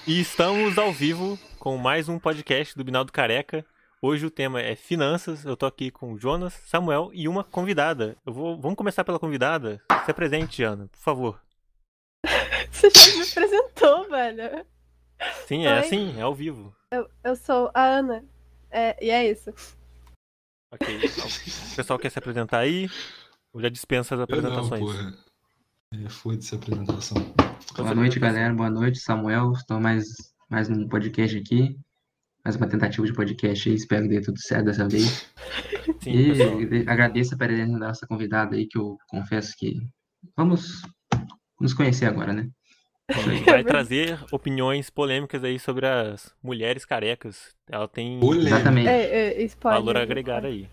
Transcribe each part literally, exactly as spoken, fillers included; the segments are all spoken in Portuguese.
E estamos ao vivo com mais um podcast do Binaldo Careca. Hoje o tema é finanças. Eu tô aqui com o Jonas, Samuel e uma convidada. Eu vou, vamos começar pela convidada. Se apresente, Ana, por favor. Você já me apresentou, velho. Sim, é Oi, assim, é ao vivo. eu, eu sou a Ana. É, e é isso. Ok. O pessoal quer se apresentar aí? Eu já dispenso as Eu não, apresentações. porra. É, foda-se a apresentação. Então, Boa se noite, apresentação. galera. Boa noite, Samuel. Estou mais, mais num podcast aqui. Mais uma tentativa de podcast aí. Espero que dê tudo certo dessa vez. Sim, e pessoal. agradeço a presença da nossa convidada aí, que eu confesso que vamos nos conhecer agora, né? Isso aí. Vai trazer opiniões polêmicas aí sobre as mulheres carecas. Ela tem Polêmica. Exatamente. É, é, spoiler. valor a agregar aí.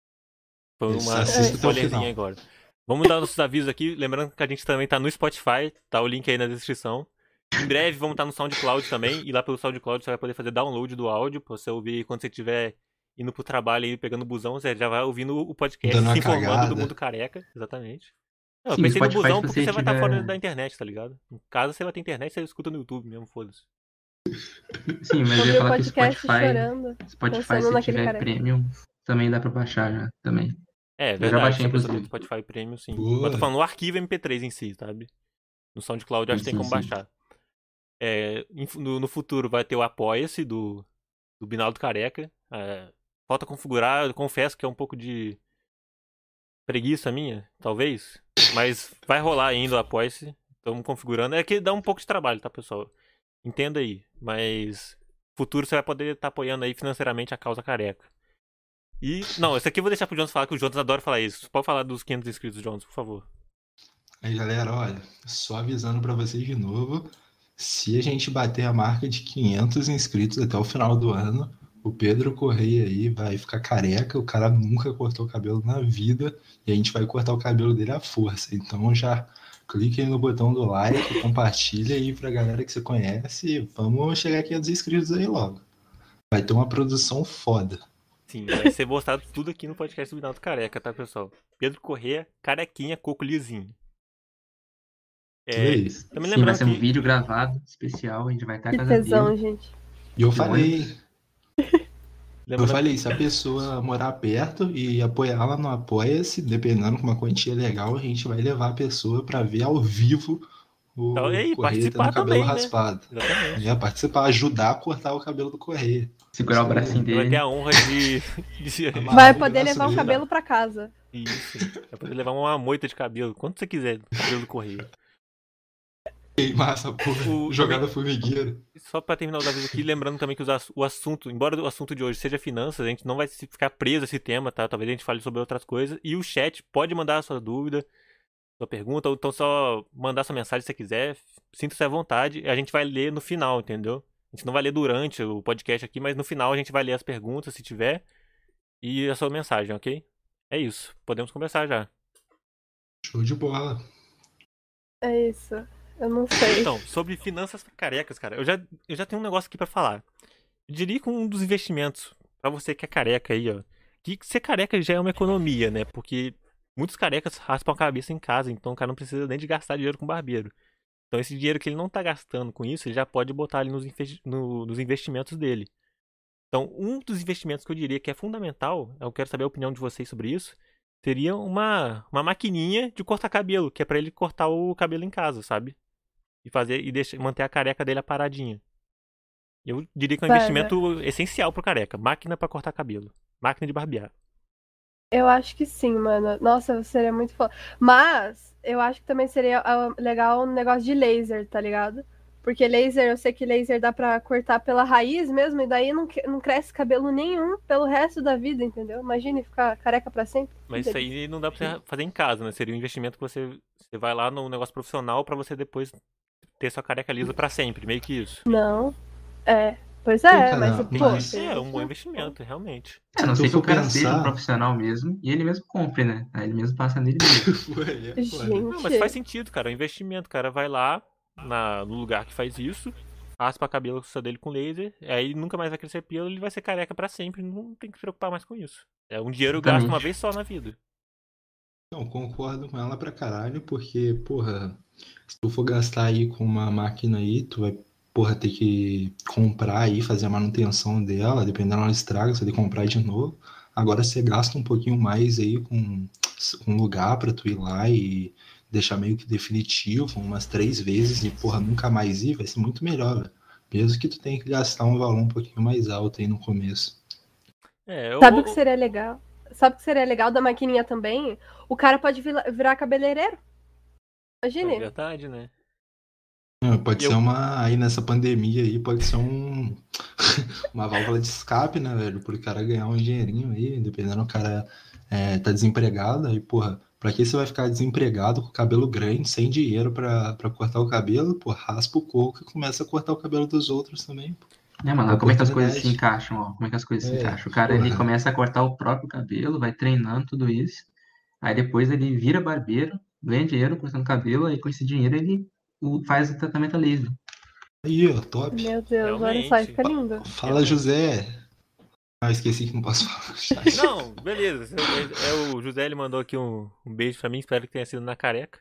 Foi Isso, uma assista até o spoilerzinha final. agora. Vamos dar nossos avisos aqui. Lembrando que a gente também tá no Spotify. Tá o link aí na descrição. Em breve vamos estar no SoundCloud também. E lá pelo SoundCloud você vai poder fazer download do áudio. Pra você ouvir quando você estiver indo pro trabalho e pegando o busão. Você já vai ouvindo o podcast Dando uma se informando cagada. do mundo careca. Exatamente. Não, eu Sim, pensei no Spotify, busão se porque você você vai estar tiver- fora da internet, tá ligado? Em casa você vai ter internet, você escuta no YouTube mesmo, foda-se. Sim, mas eu Ouvi ia o falar que o podcast Spotify, chorando. Spotify pensando se naquele tiver careca. premium, também dá pra baixar já, também. É, já verdade. baixei, Se a pessoa tem inclusive. Spotify Premium, sim. Boa. Mas eu tô falando no arquivo M P três em si, sabe? No SoundCloud eu acho que tem Sim, como sim. baixar. É, em- no, no futuro vai ter o Apoia-se do, do Binaldo Careca. É, falta configurar, eu confesso que é um pouco de preguiça minha, talvez. Mas vai rolar ainda o Apoia-se. Estamos configurando. É que dá um pouco de trabalho, tá, pessoal? Entenda aí. Mas no futuro você vai poder estar apoiando aí financeiramente a causa careca. E, não, esse aqui eu vou deixar pro Jonas falar, que o Jonas adora falar isso. Pode falar dos quinhentos inscritos, Jonas, por favor. Aí, galera, olha, só avisando pra vocês de novo, se a gente bater a marca de quinhentos inscritos até o final do ano, o Pedro Correia aí vai ficar careca, o cara nunca cortou o cabelo na vida, e a gente vai cortar o cabelo dele à força. Então já clique aí no botão do like, compartilha aí pra galera que você conhece, e vamos chegar a quinhentos inscritos aí logo. Vai ter uma produção foda. Sim, vai ser mostrado tudo aqui no podcast do Binaldo Careca, tá, pessoal? Pedro Corrêa, carequinha, coco lisinho. Tudo é isso. Também Sim, vai lembrando ser um que... vídeo gravado especial, a gente vai estar Que na casa tesão, dele. gente. E eu De falei, ônibus. Eu Lembrando falei, se a pessoa morar perto e apoiá-la no Apoia-se, dependendo com uma quantia legal, a gente vai levar a pessoa pra ver ao vivo o Então, e aí, Correia tendo participar o cabelo também, né? raspado. Exatamente. É, participar, ajudar a cortar o cabelo do Correia. Segurar o Isso aí. bracinho Você vai ter dele. a honra de... de... Amarrar Vai o poder braço levar um dele. cabelo pra casa. Isso. Vai poder levar uma moita de cabelo. Quanto você quiser, do cabelo do Correia. Queimar essa porra, O- jogar também- na formigueira. Só pra terminar os avisos aqui, lembrando também que os ass- o assunto, embora o assunto de hoje seja finanças, a gente não vai se- ficar preso a esse tema, tá? Talvez a gente fale sobre outras coisas. E o chat pode mandar a sua dúvida, sua pergunta, ou então só mandar sua mensagem se você quiser. Sinta-se à vontade. A gente vai ler no final, entendeu? A gente não vai ler durante o podcast aqui, mas no final a gente vai ler as perguntas, se tiver, e a sua mensagem, ok? É isso. Podemos conversar já. Show de bola. É isso. Eu não sei. Então, sobre finanças carecas, cara, eu já, eu já tenho um negócio aqui pra falar. Eu diria que um dos investimentos, pra você que é careca aí, ó, que ser careca já é uma economia, né? Porque muitos carecas raspam a cabeça em casa, então o cara não precisa nem de gastar dinheiro com barbeiro. Então esse dinheiro que ele não tá gastando com isso, ele já pode botar ali nos, inve- no- nos investimentos dele. Então, um dos investimentos que eu diria que é fundamental, eu quero saber a opinião de vocês sobre isso, seria uma, uma maquininha de cortar cabelo, que é pra ele cortar o cabelo em casa, sabe? E fazer e deixar, manter a careca dele paradinha. Eu diria que é um Vai, investimento essencial pro careca. Máquina pra cortar cabelo. Máquina de barbear. Eu acho que sim, mano. Nossa, seria muito foda. Mas eu acho que também seria ah, legal um negócio de laser, tá ligado? Porque laser, eu sei que laser dá pra cortar pela raiz mesmo, e daí não, que- não cresce cabelo nenhum pelo resto da vida, entendeu? Imagine ficar careca pra sempre. Mas isso aí não dá pra você fazer em casa, né? Seria um investimento que você, você vai lá no negócio profissional pra você depois ter sua careca lisa pra sempre. Meio que isso. Não. É. Pois é, Pô, mas, cara, pô, mas- tem É, um bom investimento. investimento, realmente. É, a não Se sei tu que o for cara seja um pensar- profissional mesmo e ele mesmo compre, né? Aí ele mesmo passa nele mesmo. Pô, aí é foda. Gente. Não, mas faz sentido, cara. É um investimento. O cara vai lá na, no lugar que faz isso, raspa a cabeça dele com laser, aí nunca mais vai crescer pelo, ele vai ser careca pra sempre. Não tem que se preocupar mais com isso. É um dinheiro gasto uma Exatamente. vez só na vida. Não, concordo com ela pra caralho, porque, porra, se tu for gastar aí com uma máquina aí, tu vai porra, ter que comprar e fazer a manutenção dela, dependendo ela estraga, você tem que comprar de novo. Agora você gasta um pouquinho mais aí com um lugar pra tu ir lá e deixar meio que definitivo umas três vezes e, porra, nunca mais ir, vai ser muito melhor, velho. Mesmo que tu tenha que gastar um valor um pouquinho mais alto aí no começo. É, eu, Sabe o que seria legal? Sabe o que seria legal da maquininha também? O cara pode vira- virar cabeleireiro. é Imagine. verdade, né? Não, pode Eu- ser uma. Aí nessa pandemia aí, pode ser um. Uma válvula de escape, né, velho? Pro cara ganhar um dinheirinho aí, dependendo, o cara é, tá desempregado. Aí, porra, pra que você vai ficar desempregado com o cabelo grande, sem dinheiro pra, pra cortar o cabelo? Pô, raspa o coco e começa a cortar o cabelo dos outros também, pô. É, mano, como é que as coisas se Oportunidade. encaixam, ó? Como é que as coisas se É, encaixam? O cara, ele porra. começa a cortar o próprio cabelo, vai treinando tudo isso, aí depois ele vira barbeiro, ganha dinheiro cortando cabelo, aí com esse dinheiro ele o- faz o tratamento a laser. Aí, ó, top. Meu Deus, olha só, Realmente. fica lindo. Fala, Realmente. José. Ah, esqueci que não posso falar no chat. Não, beleza. É, é o José, ele mandou aqui um, um beijo pra mim. Espero que tenha sido na careca.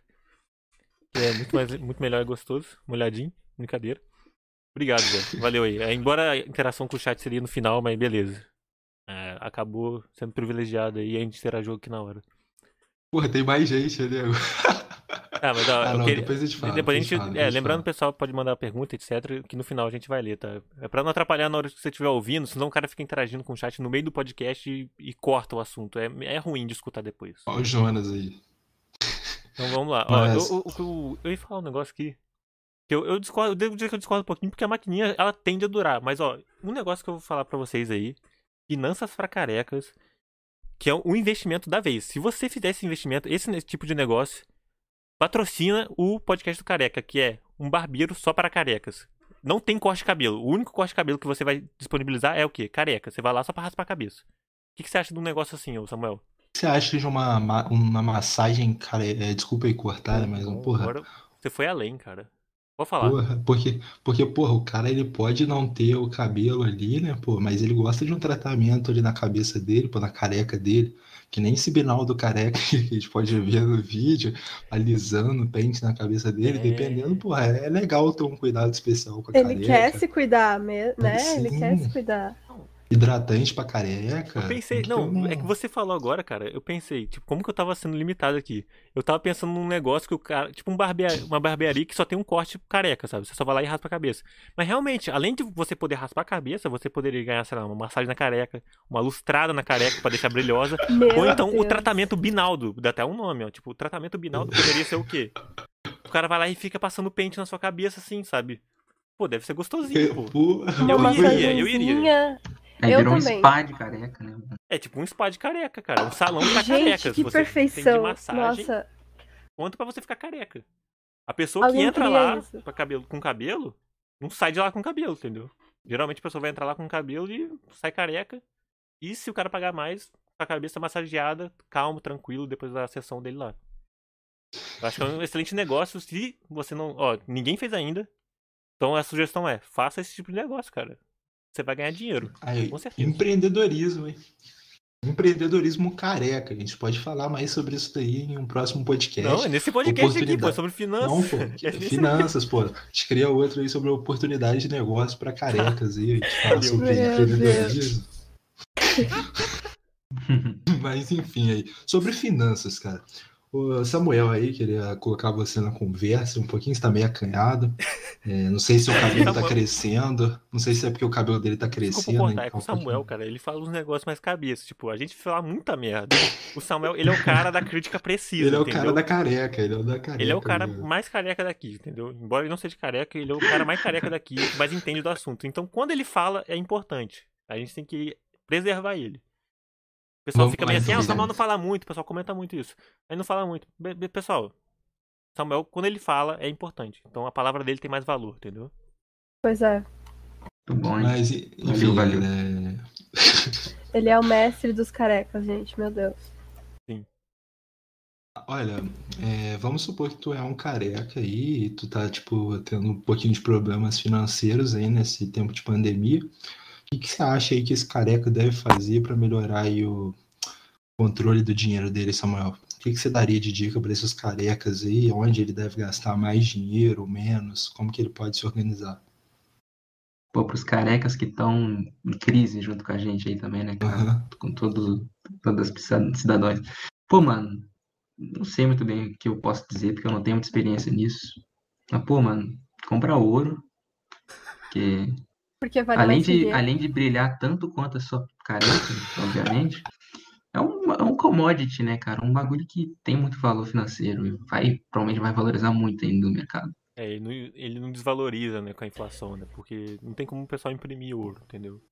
Que é muito, mais, muito melhor e gostoso. Molhadinho. Brincadeira. Obrigado, Zé. Valeu aí. É, embora a interação com o chat seria no final, mas beleza. É, acabou sendo privilegiado aí e a gente interagiu aqui na hora. Porra, tem mais gente ali agora. Ah, mas ó, Ah, eu não, queria... depois a gente fala. Depois a depois gente. fala, É, depois lembrando, fala. o pessoal pode mandar pergunta, etcétera. Que no final a gente vai ler, tá? É pra não atrapalhar na hora que você estiver ouvindo, senão o cara fica interagindo com o chat no meio do podcast e, e corta o assunto. É, é ruim de escutar depois. Ó o Jonas aí. Então vamos lá. Ó, Mas- eu, eu, eu, eu ia falar um negócio aqui. Que eu, eu discordo, eu devo dizer que eu discordo um pouquinho, porque a maquininha ela tende a durar. Mas ó, um negócio que eu vou falar pra vocês aí: finanças pra carecas, que é um investimento da vez. Se você fizer esse investimento, esse tipo de negócio, patrocina o podcast do Careca, que é um barbeiro só para carecas. Não tem corte de cabelo. O único corte de cabelo que você vai disponibilizar é o quê? Careca. Você vai lá só pra raspar a cabeça. O que, que você acha de um negócio assim, ô Samuel? O que você acha de uma, ma- uma massagem, cara? É, desculpa aí cortar, né, mas um porra. Agora você foi além, cara. Vou falar. Porra, porque, porque, porra, o cara ele pode não ter o cabelo ali, né, pô, mas ele gosta de um tratamento ali na cabeça dele, pô, na careca dele, que nem esse binal do careca que a gente pode ver no vídeo, alisando o pente na cabeça dele, É. dependendo, porra, é legal ter um cuidado especial com a Ele careca. quer se cuidar, me- né? Ele Sim. quer se cuidar. Hidratante pra careca. Eu pensei, tem que ter não, uma- é que você falou agora, cara. Eu pensei, tipo, como que eu tava sendo limitado aqui? Eu tava pensando num negócio que o cara, tipo um barbea- uma barbearia que só tem um corte careca, sabe? Você só vai lá e raspa a cabeça. Mas realmente, além de você poder raspar a cabeça, você poderia ganhar, sei lá, uma massagem na careca, uma lustrada na careca pra deixar brilhosa. Meu Ou então Deus. o tratamento binaldo, dá até um nome, ó. Tipo, o tratamento binaldo poderia ser o quê? O cara vai lá e fica passando pente na sua cabeça assim, sabe? Pô, deve ser gostosinho, pô. Porra, Uma Eu iria, eu iria. massagenzinha. Aí Eu virou um também. spa de careca, né? É tipo um spa de careca, cara. Um salão pra Gente, carecas. que Você tem de perfeição. massagem Nossa, quanto pra você ficar careca. A pessoa que Alguém entra queria lá isso. pra cabelo, com cabelo, não sai de lá com cabelo, entendeu? Geralmente a pessoa vai entrar lá com cabelo e sai careca. E se o cara pagar mais, com a cabeça massageada, calmo, tranquilo, depois da sessão dele lá. Eu acho que é um excelente negócio se você não... Ó, ninguém fez ainda. Então a sugestão é, faça esse tipo de negócio, cara. Você vai ganhar dinheiro. Aí, Com certeza. empreendedorismo, hein? Empreendedorismo careca. A gente pode falar mais sobre isso daí em um próximo podcast. Não, é nesse podcast aqui, pô, Oportunidade. sobre finanças. Não, pô. É nesse- Finanças, pô. A gente cria outro aí sobre oportunidade de negócio para carecas aí. A gente fala Meu sobre Deus. empreendedorismo. Mas enfim aí. Sobre finanças, cara. O Samuel aí, queria colocar você na conversa um pouquinho, você tá meio acanhado. É, não sei se o cabelo tá Samuel- crescendo. Não sei se é porque o cabelo dele tá Desculpa crescendo. cortar, é então com o um pouquinho- Samuel, cara. Ele fala uns negócios mais cabeça. Tipo, a gente fala muita merda. O Samuel, ele é o cara da crítica precisa, Ele é o entendeu? cara da careca, ele é o da careca. Ele é o cara né? mais careca daqui, entendeu? Embora ele não seja careca, ele é o cara mais careca daqui, que mais entende do assunto. Então, quando ele fala, é importante. A gente tem que preservar ele. O pessoal Vamos fica lá, meio assim, então, ah, o Samuel Zé. não fala muito, o pessoal comenta muito isso. Ele não fala muito. Be- be- pessoal, Samuel, quando ele fala, é importante. Então a palavra dele tem mais valor, entendeu? pois é. Muito bom, hein? Mas, enfim, valeu. é, Ele é o mestre dos carecas, gente, meu Deus. olha, é, vamos supor que tu é um careca aí e tu tá, tipo, tendo um pouquinho de problemas financeiros aí nesse tempo de pandemia. O que que você acha aí que esse careca deve fazer para melhorar aí o controle do dinheiro dele, Samuel? O que que você daria de dica para esses carecas aí? Onde ele deve gastar mais dinheiro ou menos? Como que ele pode se organizar? Pô, pros carecas que estão em crise junto com a gente aí também, né, cara? Aham. Com todos, todas as cida- cidadãos. Pô, mano, não sei muito bem o que eu posso dizer, porque eu não tenho muita experiência nisso. Mas, pô, mano, compra ouro, que Porque vale além mais que de, dinheiro. além de brilhar tanto quanto a sua careca, obviamente, é um, é um commodity, né, cara? Um bagulho que tem muito valor financeiro e vai, provavelmente vai valorizar muito ainda no mercado. É, ele não, ele não desvaloriza, né, com a inflação, né? Porque não tem como o pessoal imprimir ouro, entendeu?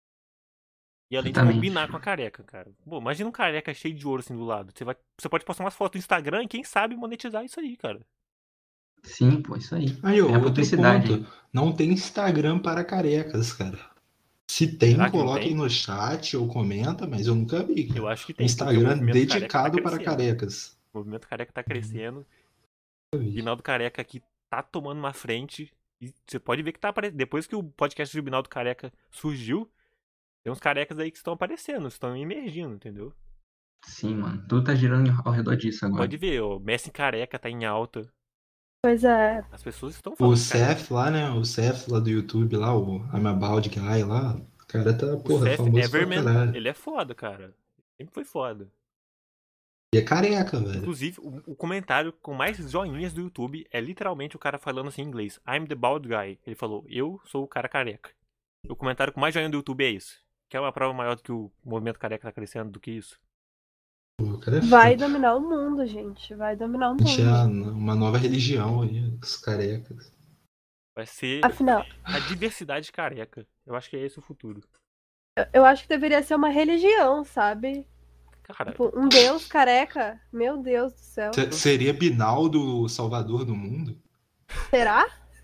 E além de Exatamente. combinar com a careca, cara. Pô, imagina um careca cheio de ouro assim do lado. Você, vai, você pode postar umas fotos no Instagram e quem sabe monetizar isso aí, cara. Sim, pô, isso aí. Aí, ó, É a outro publicidade ponto. aí. Não tem Instagram para carecas, cara. Se tem, Será que não coloquem tem? no chat ou comenta, mas eu nunca vi, Eu cara. acho que Um tem, porque o Instagram movimento careca tá dedicado para crescendo. carecas. O movimento careca tá crescendo. Nunca O vi. Binaldo Careca aqui tá tomando uma frente. E você pode ver que tá aparecendo. Depois que o podcast do Binaldo Careca surgiu, tem uns carecas aí que estão aparecendo, estão emergindo, entendeu? Sim, mano. Tudo tá girando ao redor disso agora. Pode ver, ó, Messi Careca tá em alta. Pois é. As pessoas estão O falando de careca. Seth lá, né? O Seth lá do YouTube, lá, o I'm About Guy lá. O cara tá, O porra, Seth famoso pra Everman, caralho. ele é foda, cara. Sempre foi foda. E é careca, velho. Inclusive, o, o comentário com mais joinhas do YouTube é literalmente o cara falando assim em inglês. I'm the bald guy. Ele falou, eu sou o cara careca. O comentário com mais joinha do YouTube é isso. Quer uma prova maior do que o movimento careca tá crescendo do que isso? O cara é Vai foda. dominar o mundo, gente. Vai dominar o A gente é mundo. uma nova religião aí, os carecas. Vai ser Afinal, a diversidade careca. Eu acho que é esse o futuro. eu- eu acho que deveria ser uma religião, sabe? Cara, Tipo, um deus careca. Meu Deus do céu. Se- Seria Binaldo o salvador do mundo? Será?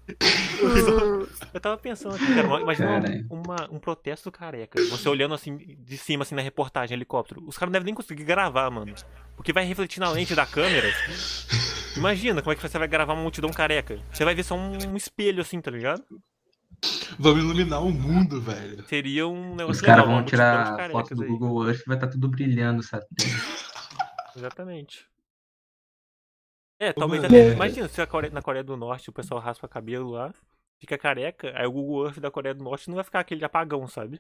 Hum, eu tava pensando aqui, cara, imagina Caralho. uma, uma- um protesto careca. Você olhando assim, de cima, assim, na reportagem, helicóptero. Os caras não devem nem conseguir gravar, mano. Porque vai refletir na lente da câmera. Imagina como é que você vai gravar uma multidão careca. Você vai ver só um, um espelho assim, tá ligado? Vamos iluminar o mundo, velho. Seria um Os negócio caras legal, uma vão multidão de tirar foto carecas do aí. Google Earth e vai estar tudo brilhando, sabe? Exatamente. É, Ô, talvez mano, até. é- Imagina se a Coreia- na Coreia do Norte o pessoal raspa cabelo lá, fica careca, aí o Google Earth da Coreia do Norte não vai ficar aquele apagão, sabe?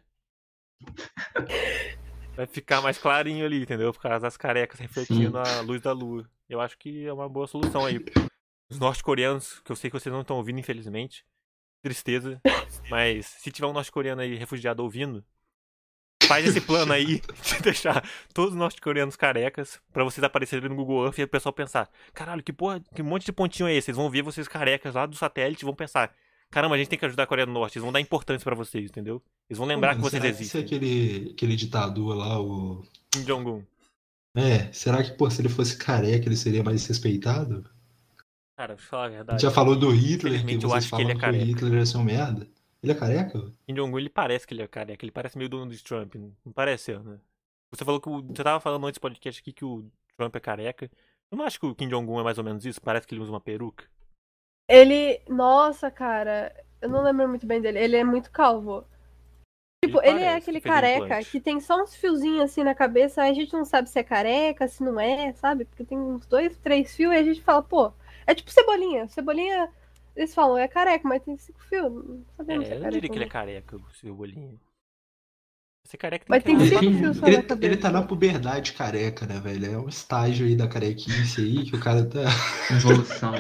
Vai ficar mais clarinho ali, entendeu? Por causa das carecas refletindo Sim. a luz da lua. Eu acho que é uma boa solução aí. Os norte-coreanos, que eu sei que vocês não estão ouvindo, infelizmente. Tristeza. Mas se tiver um norte-coreano aí refugiado ouvindo, faz esse plano aí de deixar todos os norte-coreanos carecas pra vocês aparecerem no Google Earth e o pessoal pensar: caralho, que porra, que monte de pontinho é esse? Eles vão ver vocês carecas lá do satélite e vão pensar: caramba, a gente tem que ajudar a Coreia do Norte. Eles vão dar importância pra vocês, entendeu? Eles vão Pô, lembrar mano, que vocês será que se existem. aquele, aquele ditador lá, o. Kim Jong-un. É, será que, pô, se ele fosse careca, ele seria mais respeitado? Cara, pra falar a A gente verdade. já falou do Hitler, que Infelizmente, eu vocês acho que ele é falam que o careca. Hitler ia ser um merda. Ele é careca? Kim Jong-un, ele parece que ele é careca. Ele parece meio Donald Trump. Não parece, né? Você falou que o... Você tava falando antes do podcast aqui que o Trump é careca. Eu não acho que o Kim Jong-un é mais ou menos isso? Parece que ele usa uma peruca. ele. Nossa, cara. Eu não lembro muito bem dele. Ele é muito calvo. Tipo, ele, é parece aquele que fez careca implante. que tem só uns fiozinhos assim na cabeça, aí a gente não sabe se é careca, se não é, sabe? Porque tem uns dois, três fios e a gente fala, pô, é tipo cebolinha. Cebolinha, eles falam, é careca, mas tem cinco fios. Não sabemos se É, é eu não careca. diria que ele é não. careca, o seu bolinho. Ser careca tem Mas que tem ter cinco um fios bagulho. só Ele, na cabeça. ele tá na puberdade careca, né, velho? É um estágio aí da carequice aí que o cara tá. Evolução.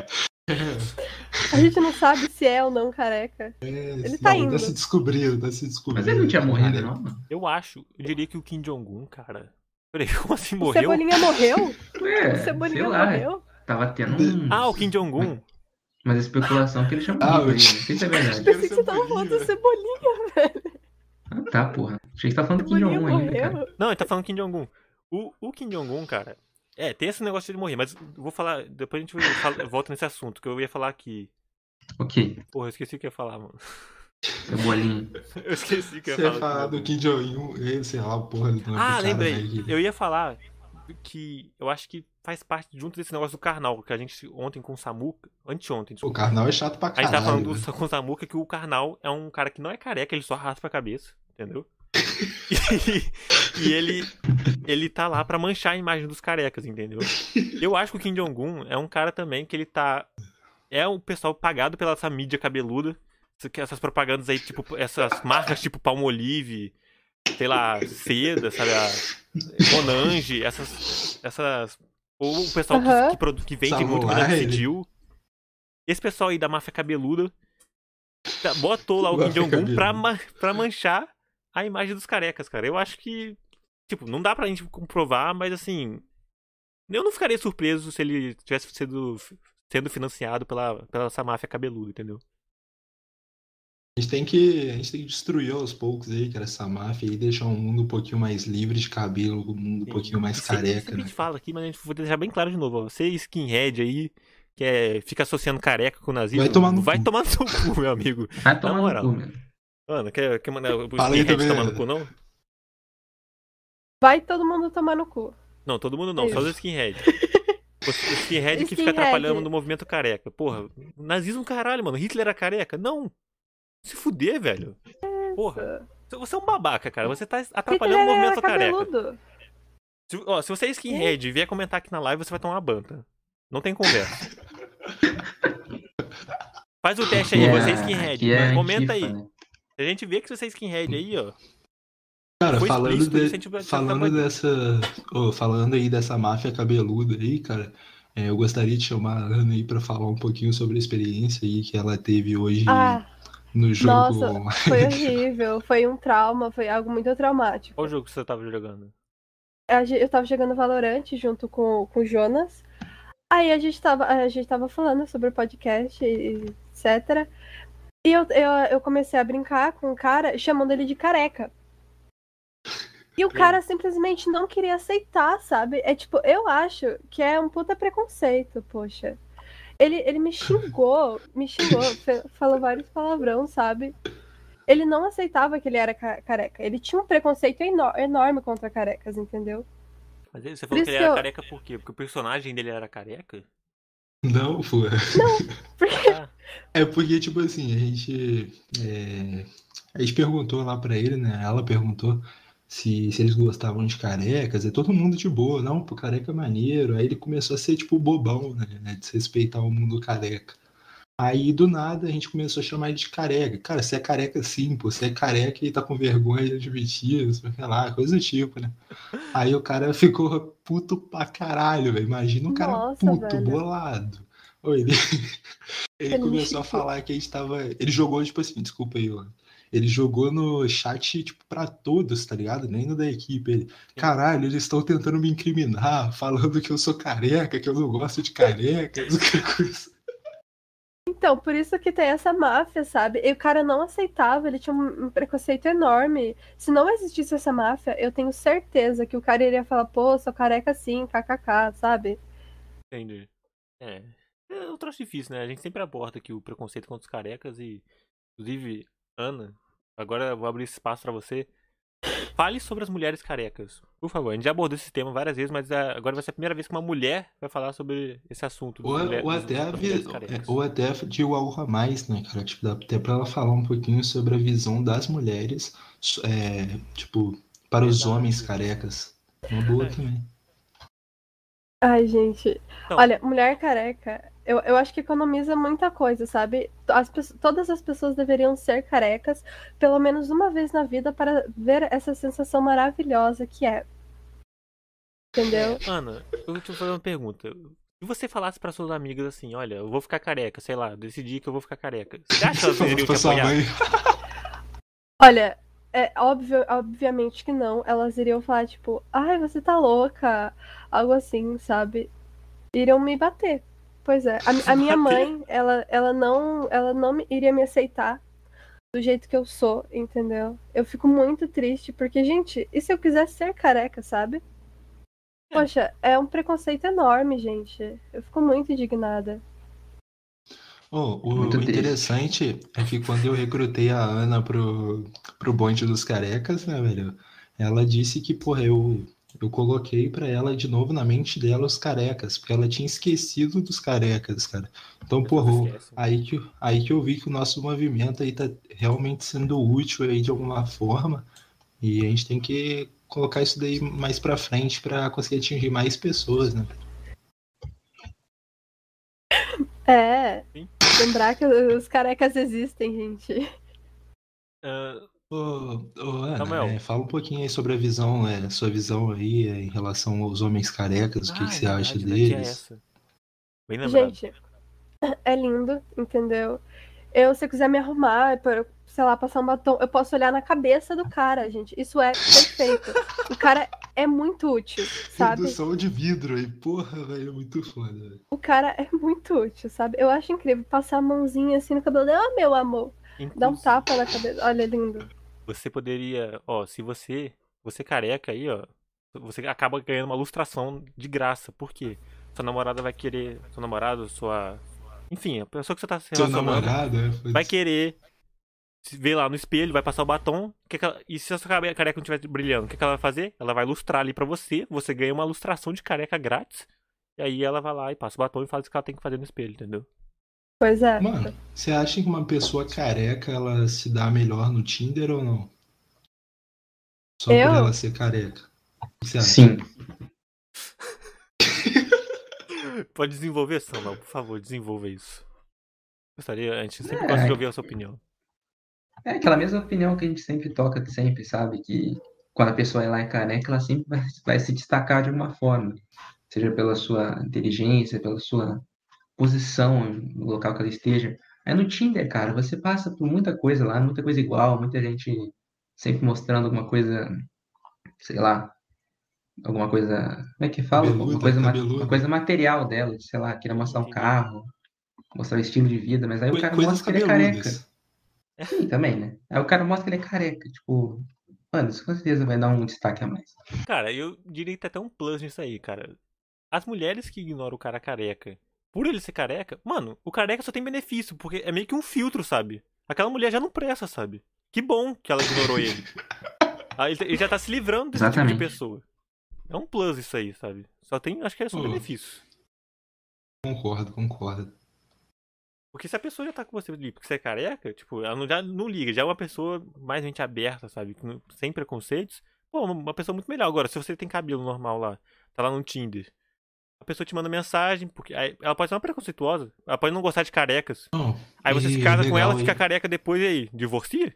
A gente não sabe se é ou não careca. Ele tá não, indo. tá se descobrindo, tá se descobrindo. Mas ele não tinha cara, morrido, careca. não, mano? Eu acho, eu diria que o Kim Jong-un, cara. Peraí, como assim O morreu? Cebolinha morreu? O Ué, sei Cebolinha lá. morreu? Tava tendo um. Ah, o Kim Jong-un. Mas a especulação que ele tinha Ah, morrido o aí. Não sei se é verdade. Pensei que você tava falando do Cebolinha. Ah, tá, porra. Achei que você tá falando do Kim Cebolinha Jong-un ainda, cara. morreu? Não, ele tá falando Kim Jong-un. O, o Kim Jong-un, cara. É, tem esse negócio de ele morrer, mas eu vou falar. Depois a gente fala- volta nesse assunto, que eu ia falar aqui. Ok. Porra, eu esqueci o que eu ia falar, mano. Cebolinha. Eu esqueci o que eu Você ia ia falar. falar do Kim Jong-un, eh, sei lá, porra, do nome do Ah, cara, lembrei. né, que- Eu ia falar que eu acho que faz parte junto desse negócio do Karnal, que a gente ontem com o Samuca, anteontem, O desculpa. Karnal é chato pra A gente caralho. tá falando né? do, com o Samuca que o Karnal é um cara que não é careca, ele só raspa a cabeça, entendeu? E, e ele ele tá lá pra manchar a imagem dos carecas, entendeu? Eu acho que o Kim Jong-un é um cara também que ele tá... É um pessoal pagado pela essa mídia cabeluda, essas propagandas aí, tipo, essas marcas tipo Palmolive, sei lá, Seda, sabe? A Monange, essas. essas ou o pessoal Aham. que, que, produ- que vende muito Samurai. minoxidil. Esse pessoal aí da máfia cabeluda tá- botou lá o Kim Máfia Jong-un pra, cabeluda. ma- pra manchar a imagem dos carecas, cara. Eu acho que, tipo, não dá pra gente comprovar, mas assim, eu não ficaria surpreso se ele tivesse sido, sendo financiado pela, pela essa máfia cabeluda, entendeu? A gente tem que, a gente tem que destruir aos poucos aí, cara, essa máfia e deixar um mundo um pouquinho mais livre de cabelo, um mundo um pouquinho mais E sempre, careca, sempre a né? gente fala aqui, mas a gente vou deixar bem claro de novo, ó. Você skinhead aí, que é, fica associando careca com nazismo, Vai tomar no vai cu. tomar no seu cu, meu amigo. Vai tomar no moral. cu, meu. Mano, quer, quer mandar o Fala aí skinhead também, tomar no Ana. cu, não? Vai todo mundo tomar no cu. Não, todo mundo não, só os Isso. skinhead. O skinhead que fica Skinhead. atrapalhando no movimento careca. Porra, nazismo caralho, mano. Hitler era careca? Não. Se fuder, velho. Porra. Você é um babaca, cara. Você tá atrapalhando o Hitler movimento era careca. cabeludo. Se, ó, se você é skinhead e vier comentar aqui na live, você vai tomar uma banta. Não tem conversa. Faz o teste aí, Aqui você é é- skinhead. aqui é Comenta Antifa, aí. né? Se a gente vê que você é skinhead aí, ó. Cara, Foi falando, explícito de- isso, a gente vai- falando vai- dessa. Ô, falando aí dessa máfia cabeluda aí, cara, é, eu gostaria de chamar a Ana aí pra falar um pouquinho sobre a experiência aí que ela teve hoje Ah, no jogo. nossa, foi horrível. Foi um trauma, foi algo muito traumático. Qual jogo que você tava jogando? A gen- Eu tava jogando Valorant junto com, com o Jonas. Aí a gente tava, a gente tava falando sobre o podcast e etcétera. E eu, eu, eu comecei a brincar com o cara, chamando ele de careca. E o cara simplesmente não queria aceitar, sabe? É tipo, eu acho que é um puta preconceito, poxa. Ele, ele me xingou, me xingou, fe- falou vários palavrão, sabe? Ele não aceitava que ele era ca- careca. Ele tinha um preconceito eno- enorme contra carecas, entendeu? Mas ele- você Por falou que isso ele era que eu- careca por quê? Porque o personagem dele era careca? Não, pô. Porque Ah, É porque, tipo assim, a gente. é, A gente perguntou lá pra ele, né? Ela perguntou se, se eles gostavam de carecas, e todo mundo de boa, não, pô, careca é maneiro. Aí ele começou a ser, tipo, bobão, né? né, Desrespeitar o mundo careca. Aí, do nada, a gente começou a chamar ele de careca. Cara, você é careca sim, pô. Você é careca e tá com vergonha de admitir, sei lá, coisa do tipo, né? Aí o cara ficou puto pra caralho, velho. Imagina um cara Nossa, puto, velho. bolado. Ô, ele, ele Ele- começou a falar que a gente tava. Ele jogou, tipo assim, desculpa aí, ó. Ele jogou no chat, tipo, pra todos, tá ligado? Nem no da equipe. Ele, caralho, eles estão tentando me incriminar, falando que eu sou careca, que eu não gosto de careca, não sei que coisa. Então, por isso que tem essa máfia, sabe? E o cara não aceitava, ele tinha um um preconceito enorme. Se não existisse essa máfia, eu tenho certeza que o cara iria falar, pô, sou careca sim, kkk, sabe? entendi. É. É um troço difícil, né? A gente sempre aborda aqui o preconceito contra os carecas e, inclusive, Ana, agora eu vou abrir esse espaço pra você. Fale sobre as mulheres carecas, por favor. A gente já abordou esse tema várias vezes, mas ah, agora vai ser a primeira vez que uma mulher vai falar sobre esse assunto. Ou, mulher- ou, dos- até a das vi- mulheres carecas. ou até de algo a mais, né, cara? Tipo, dá até pra ela falar um pouquinho sobre a visão das mulheres, é, tipo, para os Verdade. homens carecas. Uma boa É. também. Ai, gente. Então, Olha, mulher careca, eu, eu acho que economiza muita coisa, sabe? As, pe- todas as pessoas deveriam ser carecas pelo menos uma vez na vida para ver essa sensação maravilhosa que é. Entendeu? Ana, eu vou te fazer uma pergunta. Se você falasse para suas amigas assim, olha, eu vou ficar careca, sei lá, decidi que eu vou ficar careca. Você acha que elas iriam te Pra sua apoiar? mãe. Olha, é óbvio, obviamente que não. Elas iriam falar, tipo, ai, você tá louca. Algo assim, sabe? Iriam me bater. Pois é. A, mi- a minha mãe, ela, ela não, ela não me- iria me aceitar do jeito que eu sou, entendeu? Eu fico muito triste, porque, gente, e se eu quisesse ser careca, sabe? Poxa, é um preconceito enorme, gente. Eu fico muito indignada. Oh, o Muito triste. interessante é que quando eu recrutei a Ana pro, pro bonde dos carecas, né, velho? Ela disse que, porra, eu, eu coloquei pra ela de novo na mente dela os carecas, porque ela tinha esquecido dos carecas, cara. Então, Pessoas porra, esquecem. aí que, aí que eu vi que o nosso movimento aí tá realmente sendo útil aí de alguma forma, e a gente tem que colocar isso daí mais pra frente pra conseguir atingir mais pessoas, né? É, Sim. Lembrar que os carecas existem, gente. Ah, Ô, ô, Ana, Samuel. é, fala um pouquinho aí sobre a visão, é, sua visão aí é, em relação aos homens carecas, o que, ah, que é você acha verdade, ainda tinha deles? essa. Bem lembrado. Gente, é lindo, entendeu? Eu, se eu quiser me arrumar, pra, sei lá, passar um batom, eu posso olhar na cabeça do cara, gente. Isso é perfeito. O cara é muito útil, sabe? Redução de vidro aí, porra, velho, é muito foda, velho. O cara é muito útil, sabe? Eu acho incrível passar a mãozinha assim no cabelo dele. Ah, meu amor. Dá um Inclusive, tapa na cabeça. Olha, lindo. você poderia, ó, se você, você careca aí, ó, você acaba ganhando uma lustração de graça. Por quê? Sua namorada vai querer, seu namorado, sua, enfim, a pessoa que você tá se Sua relacionando namorada, é, vai foda-se. querer se ver lá no espelho, vai passar o batom, que que ela- e se a sua cabe- careca não estiver brilhando, o que, que ela vai fazer? Ela vai lustrar ali pra você, você ganha uma lustração de careca grátis, e aí ela vai lá e passa o batom e faz o que ela tem que fazer no espelho, entendeu? Pois é. Mano, você acha que uma pessoa careca, ela se dá melhor no Tinder ou não? Só por Eu? ela ser careca. O que você acha? Sim. Pode desenvolver, Samuel, por favor, desenvolva isso. Gostaria, a gente sempre É. gosta de ouvir a sua opinião. É aquela mesma opinião que a gente sempre toca, sempre, sabe? Que quando a pessoa é lá é careca, ela sempre vai, vai se destacar de alguma forma. Seja pela sua inteligência, pela sua posição no local que ela esteja. Aí no Tinder, cara, você passa por muita coisa lá, muita coisa igual, muita gente sempre mostrando alguma coisa, sei lá, alguma coisa, como é que fala? Pô? Uma Cabeluda, coisa, ma- uma cabeluda. coisa material dela, sei lá, queria mostrar um Entendi. carro, mostrar o estilo de vida, mas aí o Coi- cara Coisas mostra que ele é careca. cabeludas. Sim, também, né? Aí o cara mostra que ele é careca, tipo, mano, isso com certeza vai dar um destaque a mais. Cara, eu diria que tem até um plus nisso aí, cara. As mulheres que ignoram o cara careca, por ele ser careca, mano, o careca só tem benefício, porque é meio que um filtro, sabe? Aquela mulher já não presta, sabe? Que bom que ela ignorou ele. Aí ele ele já tá se livrando desse tipo de Exatamente. pessoa. É um plus isso aí, sabe? Só tem, acho que é só Pô. benefício. Concordo, concordo. Porque se a pessoa já tá com você ali porque você é careca, tipo, ela não, já não liga, já é uma pessoa mais mente aberta, sabe? que não- Sem preconceitos. Pô, uma- uma pessoa muito melhor. Agora, se você tem cabelo normal lá, tá lá no Tinder, a pessoa te manda mensagem, porque aí ela pode ser uma preconceituosa, ela pode não gostar de carecas. Não, Aí você e se casa com legal ela, aí. fica careca depois e aí, divorcia?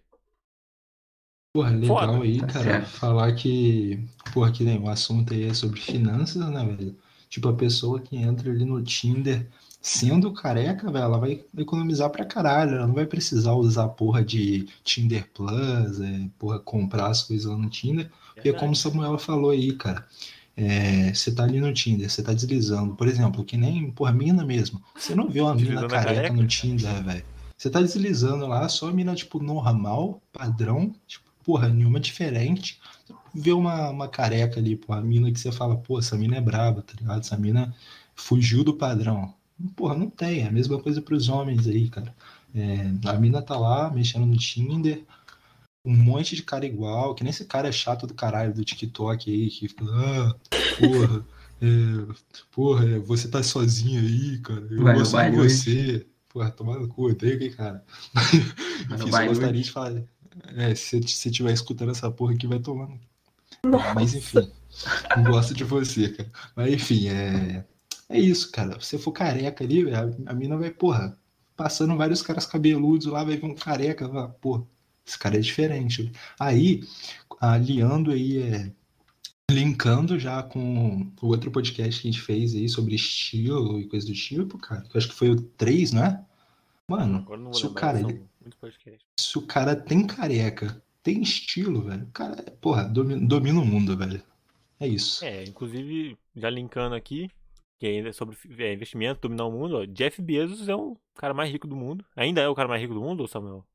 Porra, legal Foda. aí, Tá cara, certo. falar que, porra, que nem o assunto aí é sobre finanças, né, velho? Tipo, a pessoa que entra ali no Tinder sendo careca, velho, ela vai economizar pra caralho, ela não vai precisar usar porra de Tinder Plus, é, porra, comprar as coisas lá no Tinder, porque como o Verdade. Samuel falou aí, cara, é, você tá ali no Tinder, você tá deslizando, por exemplo, que nem, porra, mina mesmo, você não vê uma mina Deslizando a careca careca? no Tinder, velho. Você tá deslizando lá, só a mina, tipo, normal, padrão, tipo, porra, nenhuma diferente. Vê uma, uma careca ali, pô, a mina que você fala, pô, essa mina é braba, tá ligado? Essa mina fugiu do padrão. Porra, não tem, é a mesma coisa pros homens aí, cara. É, a mina tá lá, mexendo no Tinder, um monte de cara igual, que nem esse cara é chato do caralho do TikTok aí, que fica, ah, porra, é, porra, é, você tá sozinho aí, cara, eu Vai no gosto de baile hoje. você. Porra, tomar no cu, odeio aquele cara. Vai no Enfim, só baile gostaria hoje. de falar. É, se você estiver escutando essa porra aqui, vai tomando. Nossa. Mas enfim, não gosto de você, cara. Mas enfim, é. É isso, cara. Se você for careca ali, a, a mina vai, porra, passando vários caras cabeludos lá, vai ver um careca, vai, porra, esse cara é diferente. Aí, aliando aí, é, linkando já com o outro podcast que a gente fez aí sobre estilo e coisa do tipo, cara, que eu acho que foi o três, não é? Mano, Agora não vou se o lembrar, cara, são ele, muitos podcasts. se o cara tem careca, tem estilo, velho, o cara, porra, domina, domina o mundo, velho. É isso. É, inclusive, já linkando aqui, que ainda é sobre é, investimento, dominar o mundo, ó, Jeff Bezos é o cara mais rico do mundo. Ainda é o cara mais rico do mundo, Samuel?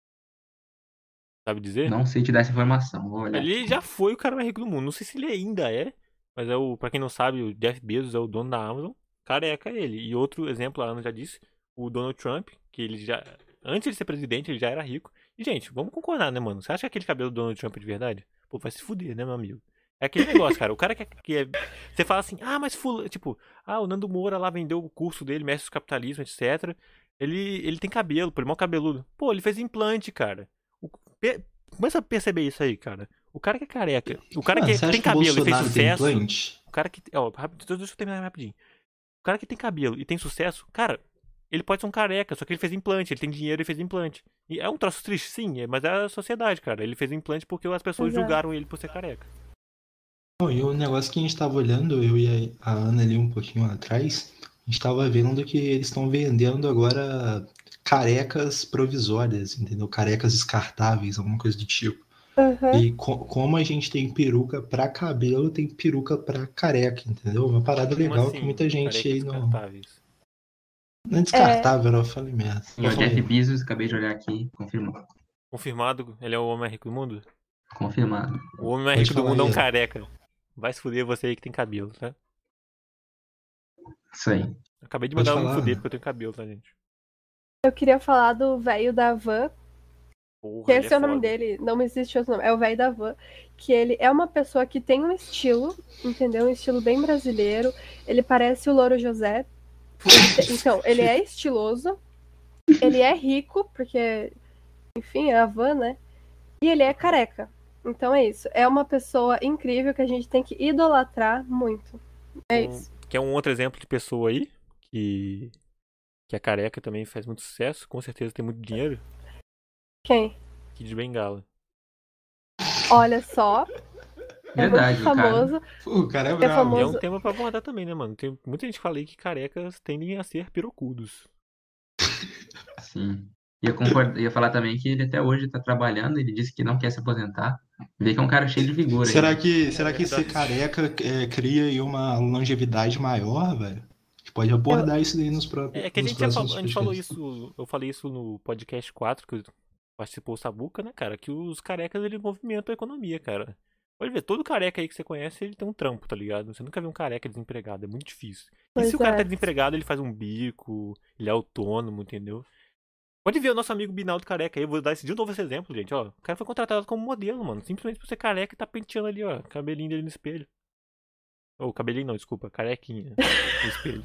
Sabe dizer? Não sei te dar essa informação, vou olhar Ele aqui. já foi o cara mais rico do mundo. Não sei se ele ainda é, mas é o, pra quem não sabe, o Jeff Bezos é o dono da Amazon. Careca é ele. E outro exemplo, a Ana já disse, o Donald Trump, que ele já, antes de ser presidente, ele já era rico. E, gente, vamos concordar, né, mano? Você acha que aquele cabelo do Donald Trump é de verdade? Pô, vai se fuder, né, meu amigo? É aquele negócio, cara. O cara que é, que é- Você fala assim, ah, mas fulano. Tipo, ah, o Nando Moura lá vendeu o curso dele, Mestre do Capitalismo, etcétera. Ele, ele tem cabelo, pô, ele é mó cabeludo. Pô, ele fez implante, cara. O- pe- Começa a perceber isso aí, cara. O cara que é careca, o cara Mano, que, você que acha tem que o cabelo e fez Bolsonaro tem sucesso. implante? O cara que. Ó, rápido, deixa eu terminar rapidinho. O cara que tem cabelo e tem sucesso, cara, ele pode ser um careca, só que ele fez implante, ele tem dinheiro e fez implante. E é um troço triste, sim, é- mas é a sociedade, cara. Ele fez implante porque as pessoas Exato. julgaram ele por ser careca. Bom, e o negócio que a gente tava olhando, eu e a a Ana ali um pouquinho atrás, a gente tava vendo que eles estão vendendo agora carecas provisórias, entendeu? Carecas descartáveis, alguma coisa do tipo. Aham. E co- como a gente tem peruca pra cabelo, tem peruca pra careca, entendeu? Uma parada Como legal assim, que muita gente carecas aí não. descartáveis? Não é descartável, eu falei merda. E o Eu falei, Jeff Bezos, acabei de olhar aqui, confirmou. Confirmado, ele é o homem mais rico do mundo? Confirmado. O homem mais Pode rico do falar mundo é um aí, ó. careca. Vai se fuder você aí que tem cabelo, tá? Isso aí. Acabei de Pode mandar eu me falar, fuder Ana. porque eu tenho cabelo, tá, gente? Eu queria falar do velho da van, Porra, que ele esse é o nome foda. dele, não existe outro nome, é o velho da van, que ele é uma pessoa que tem um estilo, entendeu? Um estilo bem brasileiro, ele parece o Louro José. Ele te- Então, ele é estiloso, ele é rico, porque, enfim, é a van, né? E ele é careca. Então é isso. É uma pessoa incrível que a gente tem que idolatrar muito. É Um- isso. Quer um outro exemplo de pessoa aí? Que, que é careca também faz muito sucesso, com certeza tem muito dinheiro. Quem? Kid Bengala. Olha só, é Verdade, muito o cara. famoso. Pô, o cara é É bravo. E é famoso. um tema pra abordar também, né, mano? Tem muita gente que fala aí que carecas tendem a ser pirocudos. Sim. E eu concordo, ia falar também que ele até hoje tá trabalhando, ele disse que não quer se aposentar. Vê que é um cara cheio de vigor Será ainda. que, será que ser verdade. careca é, cria aí uma longevidade maior, velho? A gente pode Eu, abordar isso daí nos, pró- É que a nos gente já próximos falou, a gente falou podcasts. isso, eu falei isso no podcast quatro, que participou o Sabuca, né, cara? Que os carecas, eles movimentam a economia, cara. Pode ver, todo careca aí que você conhece, ele tem um trampo, tá ligado? Você nunca vê um careca desempregado, é muito difícil. E se pois o cara tá é. desempregado, ele faz um bico, ele é autônomo, entendeu? Pode ver o nosso amigo Binaldo Careca aí, eu vou dar esse, de novo esse exemplo, gente, ó. O cara foi contratado como modelo, mano, simplesmente por ser careca e tá penteando ali, ó, cabelinho dele no espelho. Ou cabelinho não, desculpa, carequinha no espelho.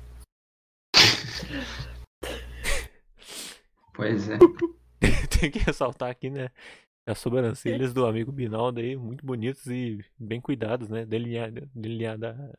Pois é. Tem que ressaltar aqui, né? As sobrancelhas do amigo Binaldo aí, muito bonitos e bem cuidados, né? Delineada. Delineada.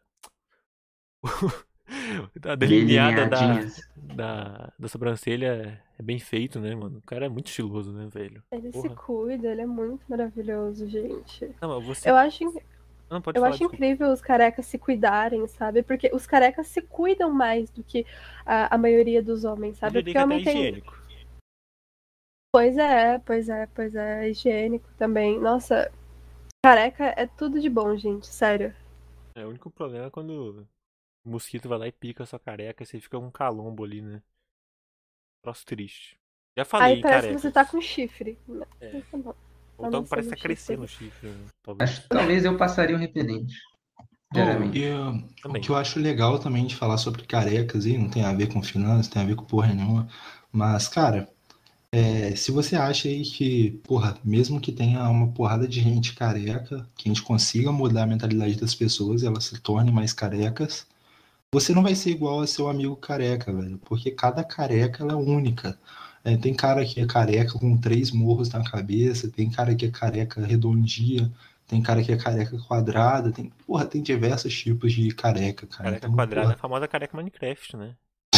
A delineada da, Delineadinhas. da, da sobrancelha é bem feito, né, mano? O cara é muito estiloso, né, velho? Ele se Porra. cuida, ele é muito maravilhoso, gente. Não, mas você. Eu acho, in- Não, pode eu falar, acho desculpa. incrível os carecas se cuidarem, sabe? Porque os carecas se cuidam mais do que a, a maioria dos homens, Eu sabe? diria Porque que até é homem tem. higiênico. Pois é, pois é, pois é. Higiênico também. Nossa, careca é tudo de bom, gente, sério. É, o único problema é quando o mosquito vai lá e pica a sua careca e você fica com um calombo ali, né? Troço triste. Já falei Aí em parece que carecas. você tá com chifre. É. Mas tá bom. Ou Tá então nascendo parece que tá chifre. crescendo o chifre, né? Talvez. Acho que talvez eu passaria um repelente. Oh, Diariamente. e uh, o Também. que eu acho legal também de falar sobre carecas aí, não tem a ver com finanças, tem a ver com porra nenhuma. Mas, cara, é, se você acha aí que, porra, mesmo que tenha uma porrada de gente careca, que a gente consiga mudar a mentalidade das pessoas e elas se tornem mais carecas, você não vai ser igual a seu amigo careca, velho, porque cada careca ela é única. É, tem cara que é careca com três morros na cabeça, tem cara que é careca redondinha, tem cara que é careca quadrada, tem, porra, tem diversos tipos de careca, cara. Careca Então, quadrada é porra, a famosa careca Minecraft, né?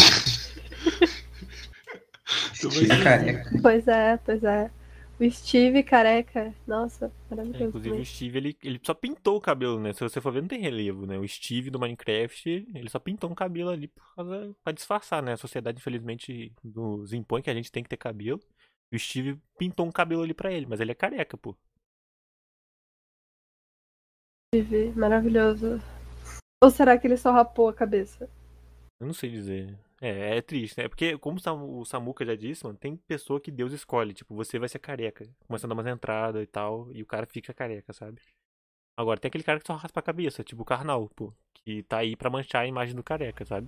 tu vai Steve ser- careca. Pois é, pois é. O Steve careca, nossa, É, maravilhoso inclusive também. o Steve, ele, ele só pintou o cabelo, né? Se você for ver, não tem relevo, né? O Steve do Minecraft, ele só pintou um cabelo ali por causa, pra disfarçar, né? A sociedade, infelizmente, nos impõe que a gente tem que ter cabelo. E o Steve pintou um cabelo ali pra ele, mas ele é careca, pô. Steve, maravilhoso. Ou será que ele só rapou a cabeça? Eu não sei dizer. É, é triste, né? Porque, como o Sam- o Samuca já disse, mano, tem pessoa que Deus escolhe. Tipo, você vai ser careca. Começa a dar umas entradas e tal, e o cara fica careca, sabe? Agora, tem aquele cara que só raspa a cabeça, tipo o Karnal, pô. Que tá aí pra manchar a imagem do careca, sabe?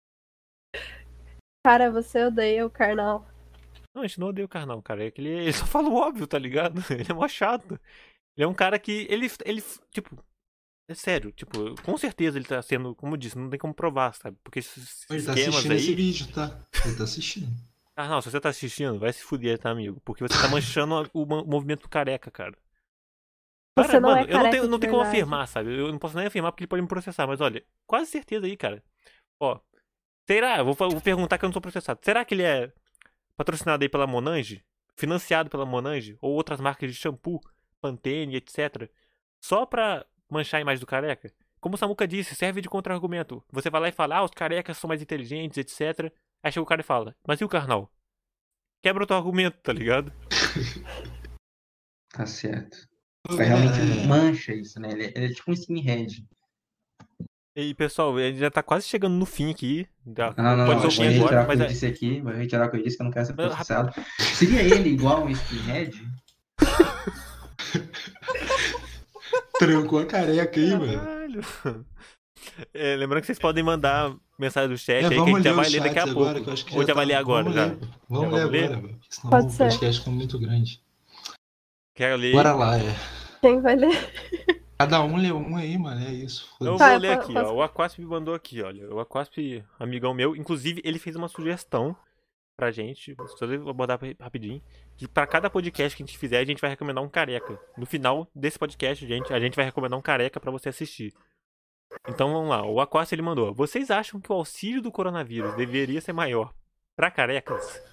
Cara, você odeia o Karnal. Não, a gente não odeia o Karnal, cara. É que ele, ele só fala o óbvio, tá ligado? Ele é mó chato. Ele é um cara que. Ele, ele. Tipo. É sério, tipo, com certeza ele tá sendo. Como eu disse, não tem como provar, sabe? Porque esses Ele tá esquemas assistindo esse aí. vídeo, tá? Ele tá assistindo. Karnal, se você tá assistindo, vai se fuder, tá, amigo? Porque você tá manchando a- o, ma- o movimento do careca, cara. Você Cara, não mano, é eu não careca tenho, não de tenho como verdade. afirmar, sabe? Eu não posso nem afirmar porque ele pode me processar, mas olha, quase certeza aí, cara. Ó, Será? Eu Vou, fa- vou perguntar que eu não sou processado. Será que ele é patrocinado aí pela Monange? Financiado pela Monange? Ou outras marcas de shampoo, Pantene, etcétera. Só pra manchar a imagem do careca? Como o Samuca disse, serve de contra-argumento. Você vai lá e fala, ah, os carecas são mais inteligentes, etcétera. Aí chega o cara e fala, mas e o carnal? Quebra o teu argumento, tá ligado? Tá certo. Ô, Mas galera, realmente é, mancha isso, né? Ele, é ele é tipo um skinhead. E pessoal, a gente já tá quase chegando no fim aqui. Já Não, não, pode não. ser o Eu vou fim agora, retirar o que mas eu é. disse aqui. Vou retirar o que eu disse, que eu não quero ser mas, rap- processado. Seria ele igual um skinhead? trancou a careca aí, mano. Caralho. É, lembrando que vocês podem mandar mensagem do chat É, aí que a vamos gente já ler vai os ler daqui a chats agora, pouco. que eu acho que Ou já já tá. vai ler agora, Vamos já? ler, pô. Vamos Já ler vamos ler? agora, mano. Senão Pode o ser. podcast fica muito grande. Quero ler. Bora lá, é. Quem vai ler? Cada um lê um aí, mano. É isso. Eu Foda-se. Tá, vou eu ler po- aqui, posso- ó. O Aquasp me mandou aqui, olha. O Aquasp, amigão meu, inclusive, ele fez uma sugestão pra gente, só eu vou abordar rapidinho, que pra cada podcast que a gente fizer, a gente vai recomendar um careca. No final desse podcast, gente, a gente vai recomendar um careca pra você assistir. Então vamos lá, o Aquasp ele mandou. Vocês acham que o auxílio do coronavírus deveria ser maior pra carecas?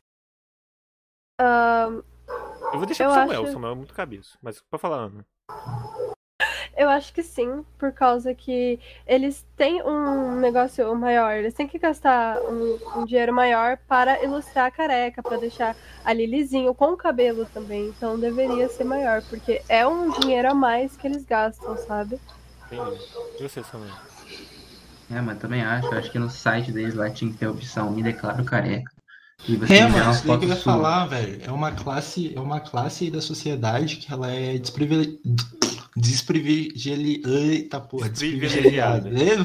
Ahn, Eu vou deixar Eu pro Samuel, o acho- Samuel é muito cabeça. Mas pra falar, Ana. eu acho que sim, por causa que eles têm um negócio maior, eles têm que gastar um, um dinheiro maior para ilustrar a careca, para deixar ali lisinho, com o cabelo também. Então deveria ser maior, porque é um dinheiro a mais que eles gastam, sabe? Entendi. E você, Samuel? É, mas também acho. Eu acho que no site deles lá tinha que ter a opção Me Declaro Careca. E você É, enviar mano, uma isso daí que foto eu ia sua. falar, velho. É uma classe, é uma classe aí da sociedade que ela é desprivile... desprivilegiada. Eita, porra, Desprivilegiada. desprivilegiada.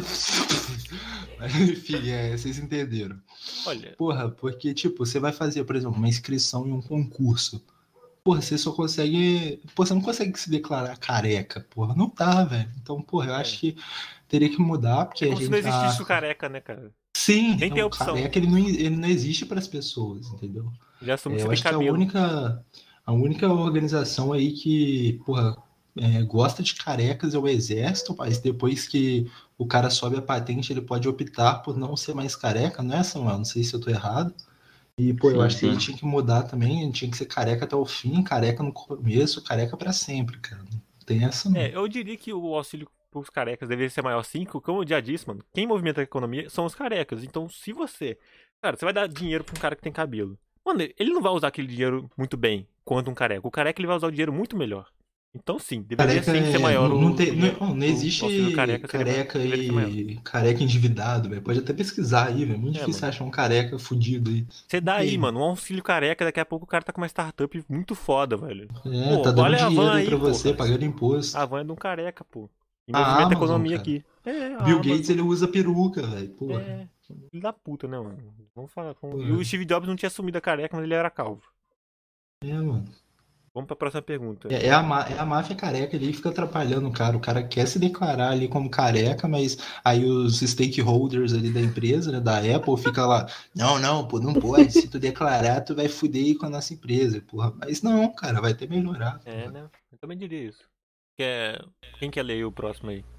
Mas, enfim, é, vocês entenderam. Olha, Porra, porque, tipo, você vai fazer, por exemplo, uma inscrição em um concurso. Porra, você só consegue. Pô, você não consegue se declarar careca, porra. Não dá, velho. Então, porra, eu É. acho que teria que mudar, porque é a como se gente. não existisse ah, o careca, né, cara? Sim, Nem tem o opção. careca ele não, ele não existe para as pessoas, entendeu? Já assume É, que eu você acho tem que a cabelo. única, a única organização aí que, porra, é, gosta de carecas é o Exército, mas depois que o cara sobe a patente, ele pode optar por não ser mais careca, não é, Samuel? Não sei se eu tô errado. E, pô, eu Sim, acho que ele sim. tinha que mudar também, ele tinha que ser careca até o fim, careca no começo, careca pra sempre, cara. Não tem essa não. É, eu diria que o auxílio pros carecas deveria ser maior sim, porque, como eu já disse, mano, quem movimenta a economia são os carecas. Então, se você. Cara, você vai dar dinheiro pra um cara que tem cabelo. Mano, ele não vai usar aquele dinheiro muito bem quanto um careca. O careca ele vai usar o dinheiro muito melhor. Então, sim, deveria Careca sim ser é, maior não, o, não, tem, dinheiro- não, não o existe auxílio careca. seria- careca deveria ser maior. e careca endividado, velho. Pode até pesquisar aí, velho. Muito É, difícil mano. achar um careca fudido aí. Você dá aí, Tem. mano, um auxílio careca, daqui a pouco o cara tá com uma startup muito foda, velho. É, Pô, tá dando olha a dinheiro van aí pra aí, você, porra. pagando imposto. A van é de um careca, pô. E A movimenta a Amazon, economia cara. aqui. É, a Bill Amazon. Gates, ele usa peruca, velho. Porra. É, filho da puta, né, mano? Vamos falar. Com... Porra. E o Steve Jobs não tinha assumido a careca, mas ele era calvo. É, mano. Vamos pra próxima pergunta. É, é a, má- é a máfia careca ali que fica atrapalhando o cara. O cara quer se declarar ali como careca, mas aí os stakeholders ali da empresa, né, da Apple, fica lá, não, não, pô, não pode. Se tu declarar, tu vai fuder aí com a nossa empresa, porra. Mas não, cara, vai até melhorar. É, porra. né? Eu também diria isso. Quer... Quem quer ler o próximo aí?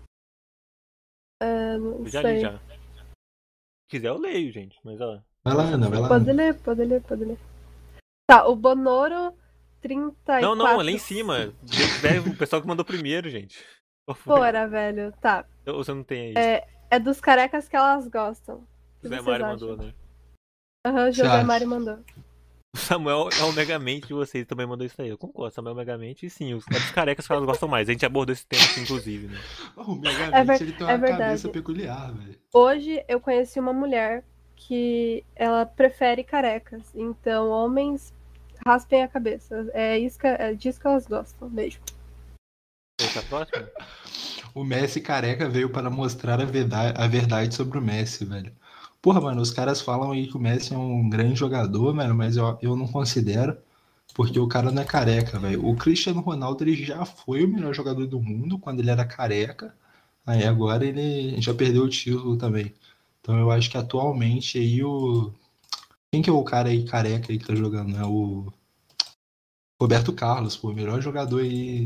É, não Eu já li sei. já. Se quiser, eu leio, gente. Mas ó. Vai lá, Ana, vai lá. Pode Ana. ler, pode ler, pode ler. Tá, o Bonoro trinta e Não, quatro. não, lá em cima. O pessoal que mandou primeiro, gente. Qual foi? Fora, velho. Tá. Ou você não tem aí? É, é dos carecas que elas gostam. O que José vocês Mário acham? mandou, né? Aham, Você José acha? Mário mandou. O Samuel é o Megamente de vocês, também mandou isso aí. Eu concordo, Samuel é o Megamente e sim, os, é dos carecas que elas gostam mais. A gente abordou esse tema aqui, inclusive, né? O Megamente, É ver- ele tem é uma verdade. cabeça peculiar, velho. Hoje eu conheci uma mulher que ela prefere carecas. Então, homens raspem a cabeça. É, isso que, é disso que elas gostam. Beijo. Essa próxima? O Messi careca veio para mostrar a verdade, a verdade sobre o Messi, velho. Porra, mano, os caras falam aí que o Messi é um grande jogador, mano, mas eu, eu não considero, porque o cara não é careca, velho. O Cristiano Ronaldo, ele já foi o melhor jogador do mundo quando ele era careca, aí agora ele já perdeu o título também. Então eu acho que atualmente aí o... Quem que é o cara aí careca aí que tá jogando? É o Roberto Carlos, pô, o melhor jogador aí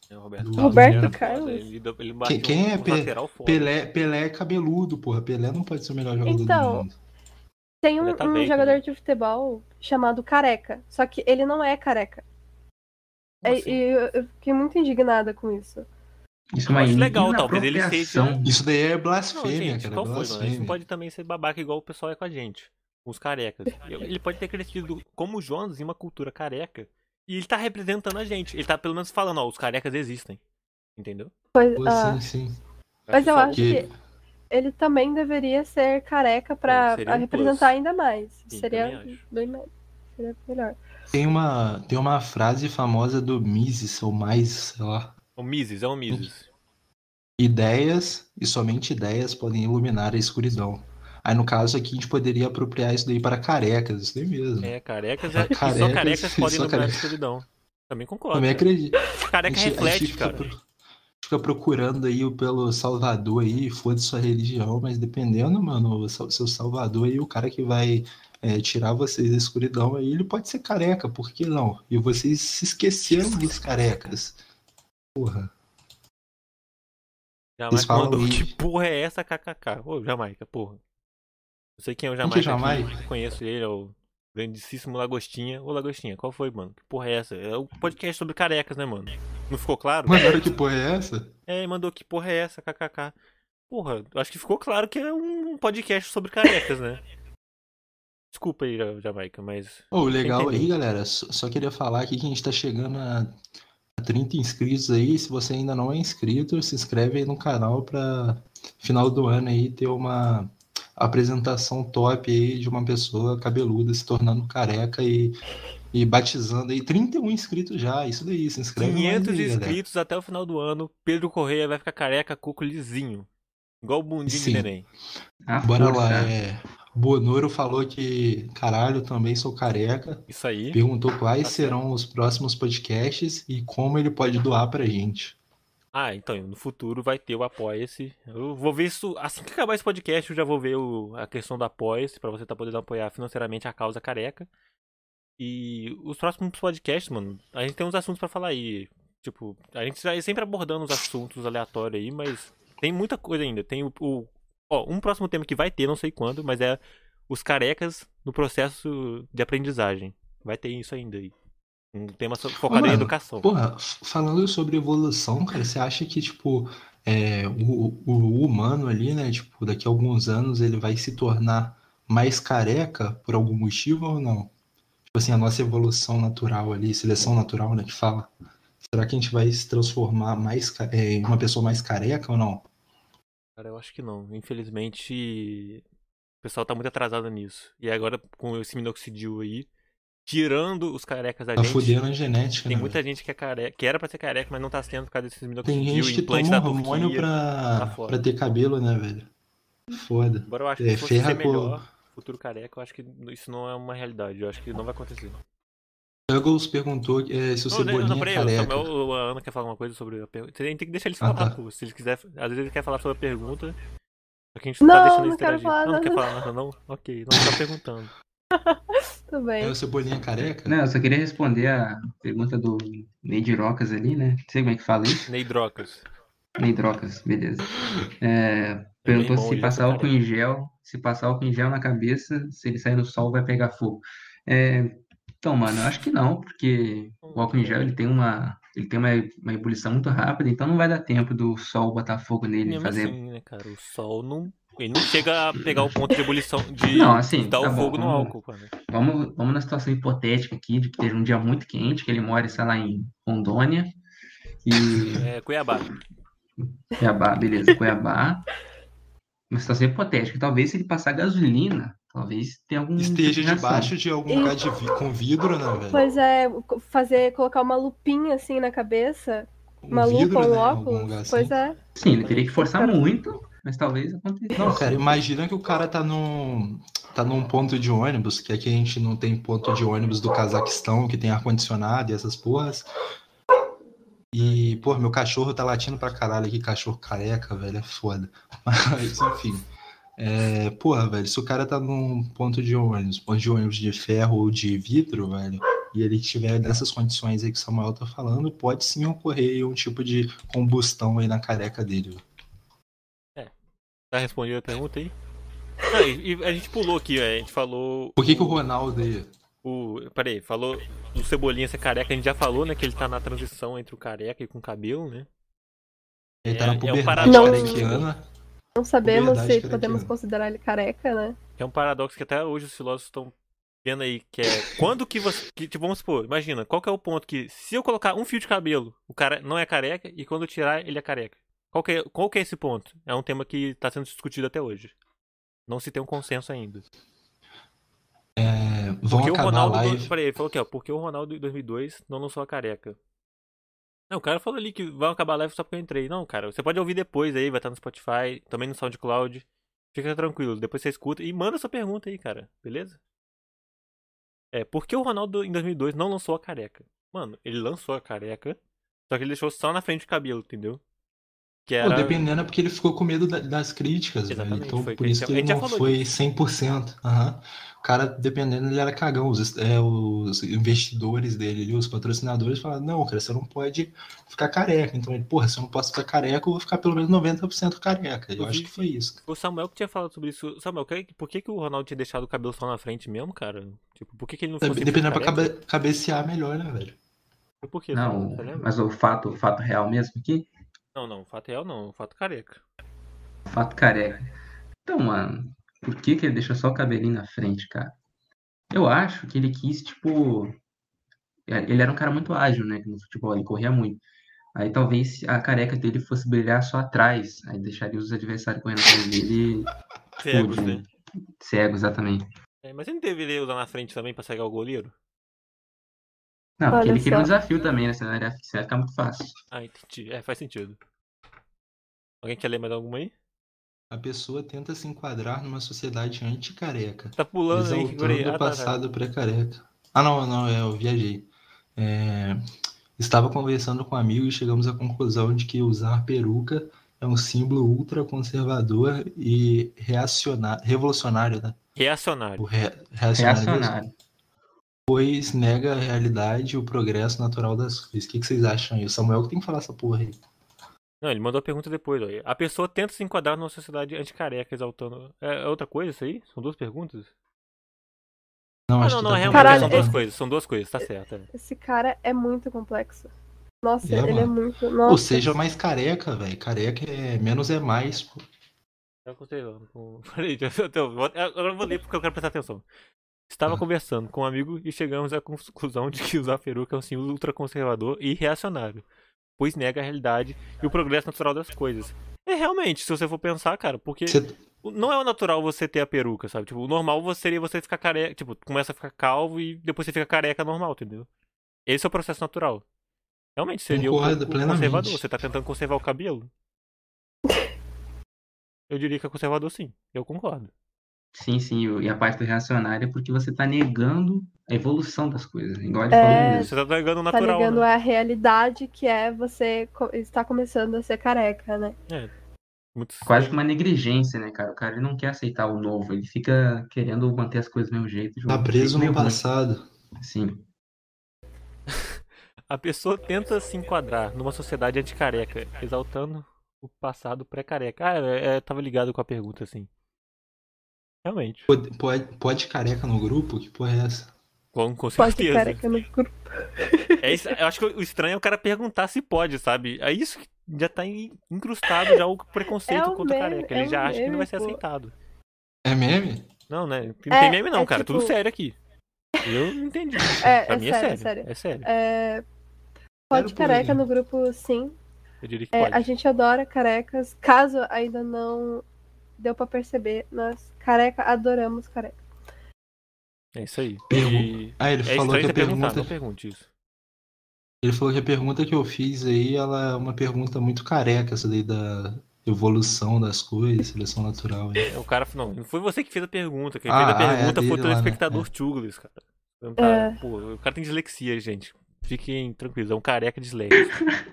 É o Roberto Do Carlos. Roberto Mineiro. Era foda, Carlos? Ele, deu- ele Quem, bateu quem é um Pe- lateral foda. Pelé? Pelé é cabeludo, porra. Pelé não pode ser o melhor jogador Então, do mundo. Tem Ele um, tá um bem jogador também. de futebol chamado Careca. Só que ele não é careca. Como É- assim? E eu, eu fiquei muito indignada com isso. Isso é Eu uma acho legal, talvez ele inapropriação. Isso daí é Não, blasfêmia, gente, cara. qual foi, mano? A gente não Blasfêmia. pode também ser babaca igual o pessoal é com a gente. Com os carecas. Eu- Ele pode ter crescido como o Jonas em uma cultura careca. E ele tá representando a gente. Ele tá pelo menos falando, ó, os carecas existem. Entendeu? Pois, Pô, ah, sim, sim. Mas eu só acho Que- que ele também deveria ser careca pra Seria um representar plus. ainda mais. Sim, Seria também acho. bem mais. Seria melhor. Tem uma, tem uma frase famosa do Mises, ou mais, sei lá. O Mises, é o Mises. Ideias, e somente ideias, podem iluminar a escuridão. Aí, no caso aqui, a gente poderia apropriar isso daí para carecas, isso daí mesmo. É, carecas Pra é. E só carecas, carecas podem só iluminar a carecas. escuridão. Também concordo. Também cara. acredito. Careca A gente- a reflete, gente fica, cara. pro- fica procurando aí o pelo Salvador aí, foda sua religião, mas dependendo, mano, o seu seu Salvador aí, o cara que vai é, tirar vocês da escuridão aí, ele pode ser careca, por que não? E vocês se esqueceram dos carecas. Porra. Jamaica falam mandou aí. que porra é essa, kkk. Ô, Jamaica, porra. Não sei quem é o Quem que é Jamaica. Jamaica? aqui, Conheço ele, é o grandíssimo Lagostinha. Ô, Lagostinha, qual foi, mano? Que porra é essa? É o podcast sobre carecas, né, mano? Não ficou claro? Mandaram que porra é essa? É, e mandou que porra é essa, kkk. Porra, eu acho que ficou claro que é um podcast sobre carecas, né? Desculpa aí, Ja- Jamaica, mas. Ô, o legal Entendeu. aí, galera, só, só queria falar aqui que a gente tá chegando a, a trinta inscritos aí. Se você ainda não é inscrito, se inscreve aí no canal pra final do ano aí ter uma apresentação top aí de uma pessoa cabeluda se tornando careca e, e batizando aí. trinta e um inscritos já, isso daí, se inscreve mais quinhentos aí, galera. inscritos até o final do ano. Pedro Correia vai ficar careca, coco lisinho. Igual o bundinho Sim. de neném. A Bora força. lá, é. Bonoro falou que, caralho, também sou careca. Isso aí. Perguntou quais Tá serão os próximos podcasts e como ele pode doar pra gente. Ah, então, no futuro vai ter o Apoia-se. Eu vou ver isso. Assim que acabar esse podcast, eu já vou ver o- a questão do Apoia-se, pra você estar podendo apoiar financeiramente a causa careca. E os próximos podcasts, mano, a gente tem uns assuntos pra falar aí. Tipo, a gente vai sempre abordando os assuntos aleatórios aí, mas tem muita coisa ainda. Tem o. o- ó, um próximo tema que vai ter, não sei quando, mas é os carecas no processo de aprendizagem. Vai ter isso ainda aí. Um tema so- focado em Mano, educação. Porra, f- falando sobre evolução, cara, você acha que, tipo, é, o, o humano ali, né, tipo, daqui a alguns anos ele vai se tornar mais careca por algum motivo ou não? Tipo assim, a nossa evolução natural ali, seleção natural, né, que fala. Será que a gente vai se transformar mais ca- é, em uma pessoa mais careca ou não? Cara, eu acho que não. Infelizmente, o pessoal tá muito atrasado nisso. E agora, com esse minoxidil aí, tirando os carecas da Tá gente, fudendo a genética, tem né, muita gente que é careca, que era pra ser careca, mas não tá sendo por causa desses velho? minoxidil, Tem gente que implante toma da hormônio Turquia. pra, tá foda. pra ter cabelo, né, velho? Foda. Agora eu acho É, que se fosse ferra ser com- melhor, futuro careca, eu acho que isso não é uma realidade. Eu acho que não vai acontecer. Douglas perguntou é, se o Não, não, Cebolinha não, é peraí, careca. o, o, a Ana quer falar alguma coisa sobre a pergunta. Você tem que deixar eles Ah, falar, tá. pô. Se eles quiserem, às vezes ele quer falar sobre a pergunta. Só que a gente tá Não, deixando não eles quero interagir. falar Ah, não nada, quer não. falar nada, não? Ok, não tá perguntando. Tudo É bem. o Cebolinha careca? Não, eu só queria responder a pergunta do Neidirocas ali, né? Não sei como é que fala isso. Neidrocas. Neidrocas, beleza. É, meu perguntou irmão, se ele já passar foi álcool em gel, se passar álcool em gel na cabeça, se ele sair no sol vai pegar fogo. É, então, mano, eu acho que não, porque o álcool em gel ele tem uma, ele tem uma, uma ebulição muito rápida, então não vai dar tempo do sol botar fogo nele, Mesmo fazer. assim, né, cara? O sol não. Ele não chega a pegar o ponto de ebulição, de Não, assim, dar tá o bom, fogo no vamos- álcool, cara. Vamos, vamos na situação hipotética aqui, de que esteja um dia muito quente, que ele mora, sei lá, em Rondônia, e É Cuiabá. Cuiabá, beleza, Cuiabá. Uma situação hipotética. Talvez se ele passar gasolina, talvez tenha algum tipo Esteja de reação. debaixo de algum lugar de vi- com vidro, né, velho? Pois é, co- fazer, colocar uma lupinha assim na cabeça, Com uma lupa, vidro, um né, em algum óculos. lugar assim. Pois é. Sim, ele teria que forçar Cara. muito, mas talvez aconteça. Não, cara, imagina que o cara tá num, tá num ponto de ônibus, que aqui a gente não tem ponto de ônibus do Cazaquistão, que tem ar-condicionado e essas porras. E, pô, meu cachorro tá latindo pra caralho aqui, cachorro careca, velho, é foda. Mas, enfim. É, porra, velho, se o cara tá num ponto de ônibus, ponto de ônibus de ferro ou de vidro, velho, e ele estiver nessas condições aí que o Samuel tá falando, pode sim ocorrer um tipo de combustão aí na careca dele. É. Tá respondendo a pergunta aí? Ah, e, e a gente pulou aqui, a gente falou... Por que que o Ronaldo aí... O, peraí, falou do Cebolinha ser careca, a gente já falou, né, que ele tá na transição entre o careca e com o cabelo, né? Ele É- tá na é um puberdade paradoxo. carequiana. Não sabemos Puberdade se carequiana. podemos considerar ele careca, né? É um paradoxo que até hoje os filósofos estão vendo aí, que é quando que você... Que, tipo, vamos supor, imagina, qual que é o ponto que se eu colocar um fio de cabelo, o cara não é careca, e quando eu tirar, ele é careca. Qual que é, qual que é esse ponto? É um tema que tá sendo discutido até hoje. Não se tem um consenso ainda. É, vão Porque o acabar a Ronaldo... live. Peraí, ele falou aqui, ó, porque o Ronaldo em dois mil e dois não lançou a careca. Não, o cara falou ali que vai acabar a live só porque eu entrei. Não, cara, você pode ouvir depois aí, vai estar no Spotify, também no SoundCloud. Fica tranquilo, depois você escuta e manda sua pergunta aí, cara, beleza? É, por que o Ronaldo em dois mil e dois não lançou a careca? Mano, ele lançou a careca, só que ele deixou só na frente o cabelo, entendeu? Que Pô, era... dependendo é porque ele ficou com medo da- das críticas, velho. Exatamente, Então, foi por que a isso gente- que a ele gente já não falou foi disso. cem por cento. Aham. O cara, dependendo, ele era cagão. Os, é, os investidores dele ali, os patrocinadores, falaram, não, cara, você não pode ficar careca. Então ele, porra, se eu não posso ficar careca, eu vou ficar pelo menos noventa por cento careca. Eu acho que foi isso. O Samuel que tinha falado sobre isso. Samuel, que- por que, que o Ronaldo tinha deixado o cabelo só na frente mesmo, cara? Tipo, por que, que ele não ficou sempre Dependendo pra careca? cabe- cabecear melhor, né, velho? Foi por quê, Não, Samuel? Você lembra? mas o fato, o fato real mesmo aqui, Não, não, fato real não, fato careca. o fato careca. Então, mano, por que que ele deixou só o cabelinho na frente, cara? Eu acho que ele quis, tipo. Ele era um cara muito ágil, né? No futebol, ele corria muito. Aí talvez a careca dele fosse brilhar só atrás. Aí deixaria os adversários correndo atrás dele Cegos, né? cego, exatamente. É, mas ele não deveria usar na frente também pra cegar o goleiro? Não, porque Olha ele queria um só. desafio também, né? Senão ia senão ia ficar muito fácil. Ah, entendi. É, faz sentido. Alguém quer ler mais alguma aí? A pessoa tenta se enquadrar numa sociedade anti-careca, Tá pulando aí, Guri. exaltando Ah, o tá, tá. passado pré-careca. Ah, não, não, é, eu viajei. É, estava conversando com um amigo e chegamos à conclusão de que usar peruca é um símbolo ultraconservador e reacionário, revolucionário, né? O Reacionário. re, reacionário, mesmo, Reacionário. pois nega a realidade e o progresso natural das coisas. O que, que vocês acham aí? O Samuel que tem que falar essa porra aí. Não, ele mandou a pergunta depois, ó. A pessoa tenta se enquadrar numa sociedade anticareca, exaltando. É é outra coisa isso aí? São duas perguntas? Não, Ah, acho não, que não, tá realmente Caralho, são duas esse- coisas, são duas coisas, tá certo. É. Esse cara é muito complexo. Nossa, É, ele é mano. muito. Nossa. Ou seja, mais careca, velho. Careca é menos é mais, pô. Eu gostei, ó. Com- Peraí, deixa eu- eu vou- agora eu vou ler porque eu quero prestar atenção. Estava Ah. conversando com um amigo e chegamos à conclusão de que usar peruca é um símbolo ultraconservador e reacionário, pois nega a realidade e o progresso natural das coisas. É realmente, se você for pensar, cara, porque Você- não é o natural você ter a peruca, sabe? Tipo, o normal você- seria você ficar careca, tipo, começa a ficar calvo e depois você fica careca normal, entendeu? Esse é o processo natural. Realmente seria um Concordo pouco plenamente. conservador. Você tá tentando conservar o cabelo? Eu diria que é conservador sim. Eu concordo. Sim, sim. E a parte do reacionário é porque você tá negando a evolução das coisas. Igual ele É, falou mesmo. Você tá negando o Tá natural, negando né? a realidade que é você co- estar começando a ser careca, né? Muitos- Quase que uma negligência, né, cara? O cara ele não quer aceitar o novo. Ele fica querendo manter as coisas do mesmo jeito. de um Tá preso jeito meio no ruim. passado. Sim. A pessoa tenta se enquadrar numa sociedade anticareca, exaltando o passado pré-careca. Ah, é, é, tava ligado com a pergunta, assim. Realmente. Pode, pode, pode careca no grupo? Que porra é essa? Com, com Pode certeza. careca no grupo. É isso, eu acho que o estranho é o cara perguntar se pode, sabe? É isso que já tá en- incrustado já o preconceito É o contra o meme, careca. é Ele o já acha que não meme, vai ser pô. aceitado. É meme? Não, né? Não É, tem meme não, é cara. tipo- Tudo sério aqui. Eu não entendi. É, pra é mim sério, é é sério. sério. É sério. É, pode Sério, careca pô, no grupo, sim. Eu diria que É, pode. a gente adora carecas. Caso ainda não deu pra perceber, nós careca adoramos careca. É isso aí. Pergu- E Ah, ele é falou estranho que a você perguntar, pergunta. não pergunte isso. Ele falou que a pergunta que eu fiz aí, ela é uma pergunta muito careca, essa daí da evolução das coisas, seleção natural. Aí. É, o cara falou, não, não foi você que fez a pergunta. Quem Ah, fez a ah, é a pergunta foi o dele lá, né? telespectador É. Chuglis, cara. Então, É. tá, pô, o cara tem dislexia, gente. Fiquem tranquilos, é um careca disléxico.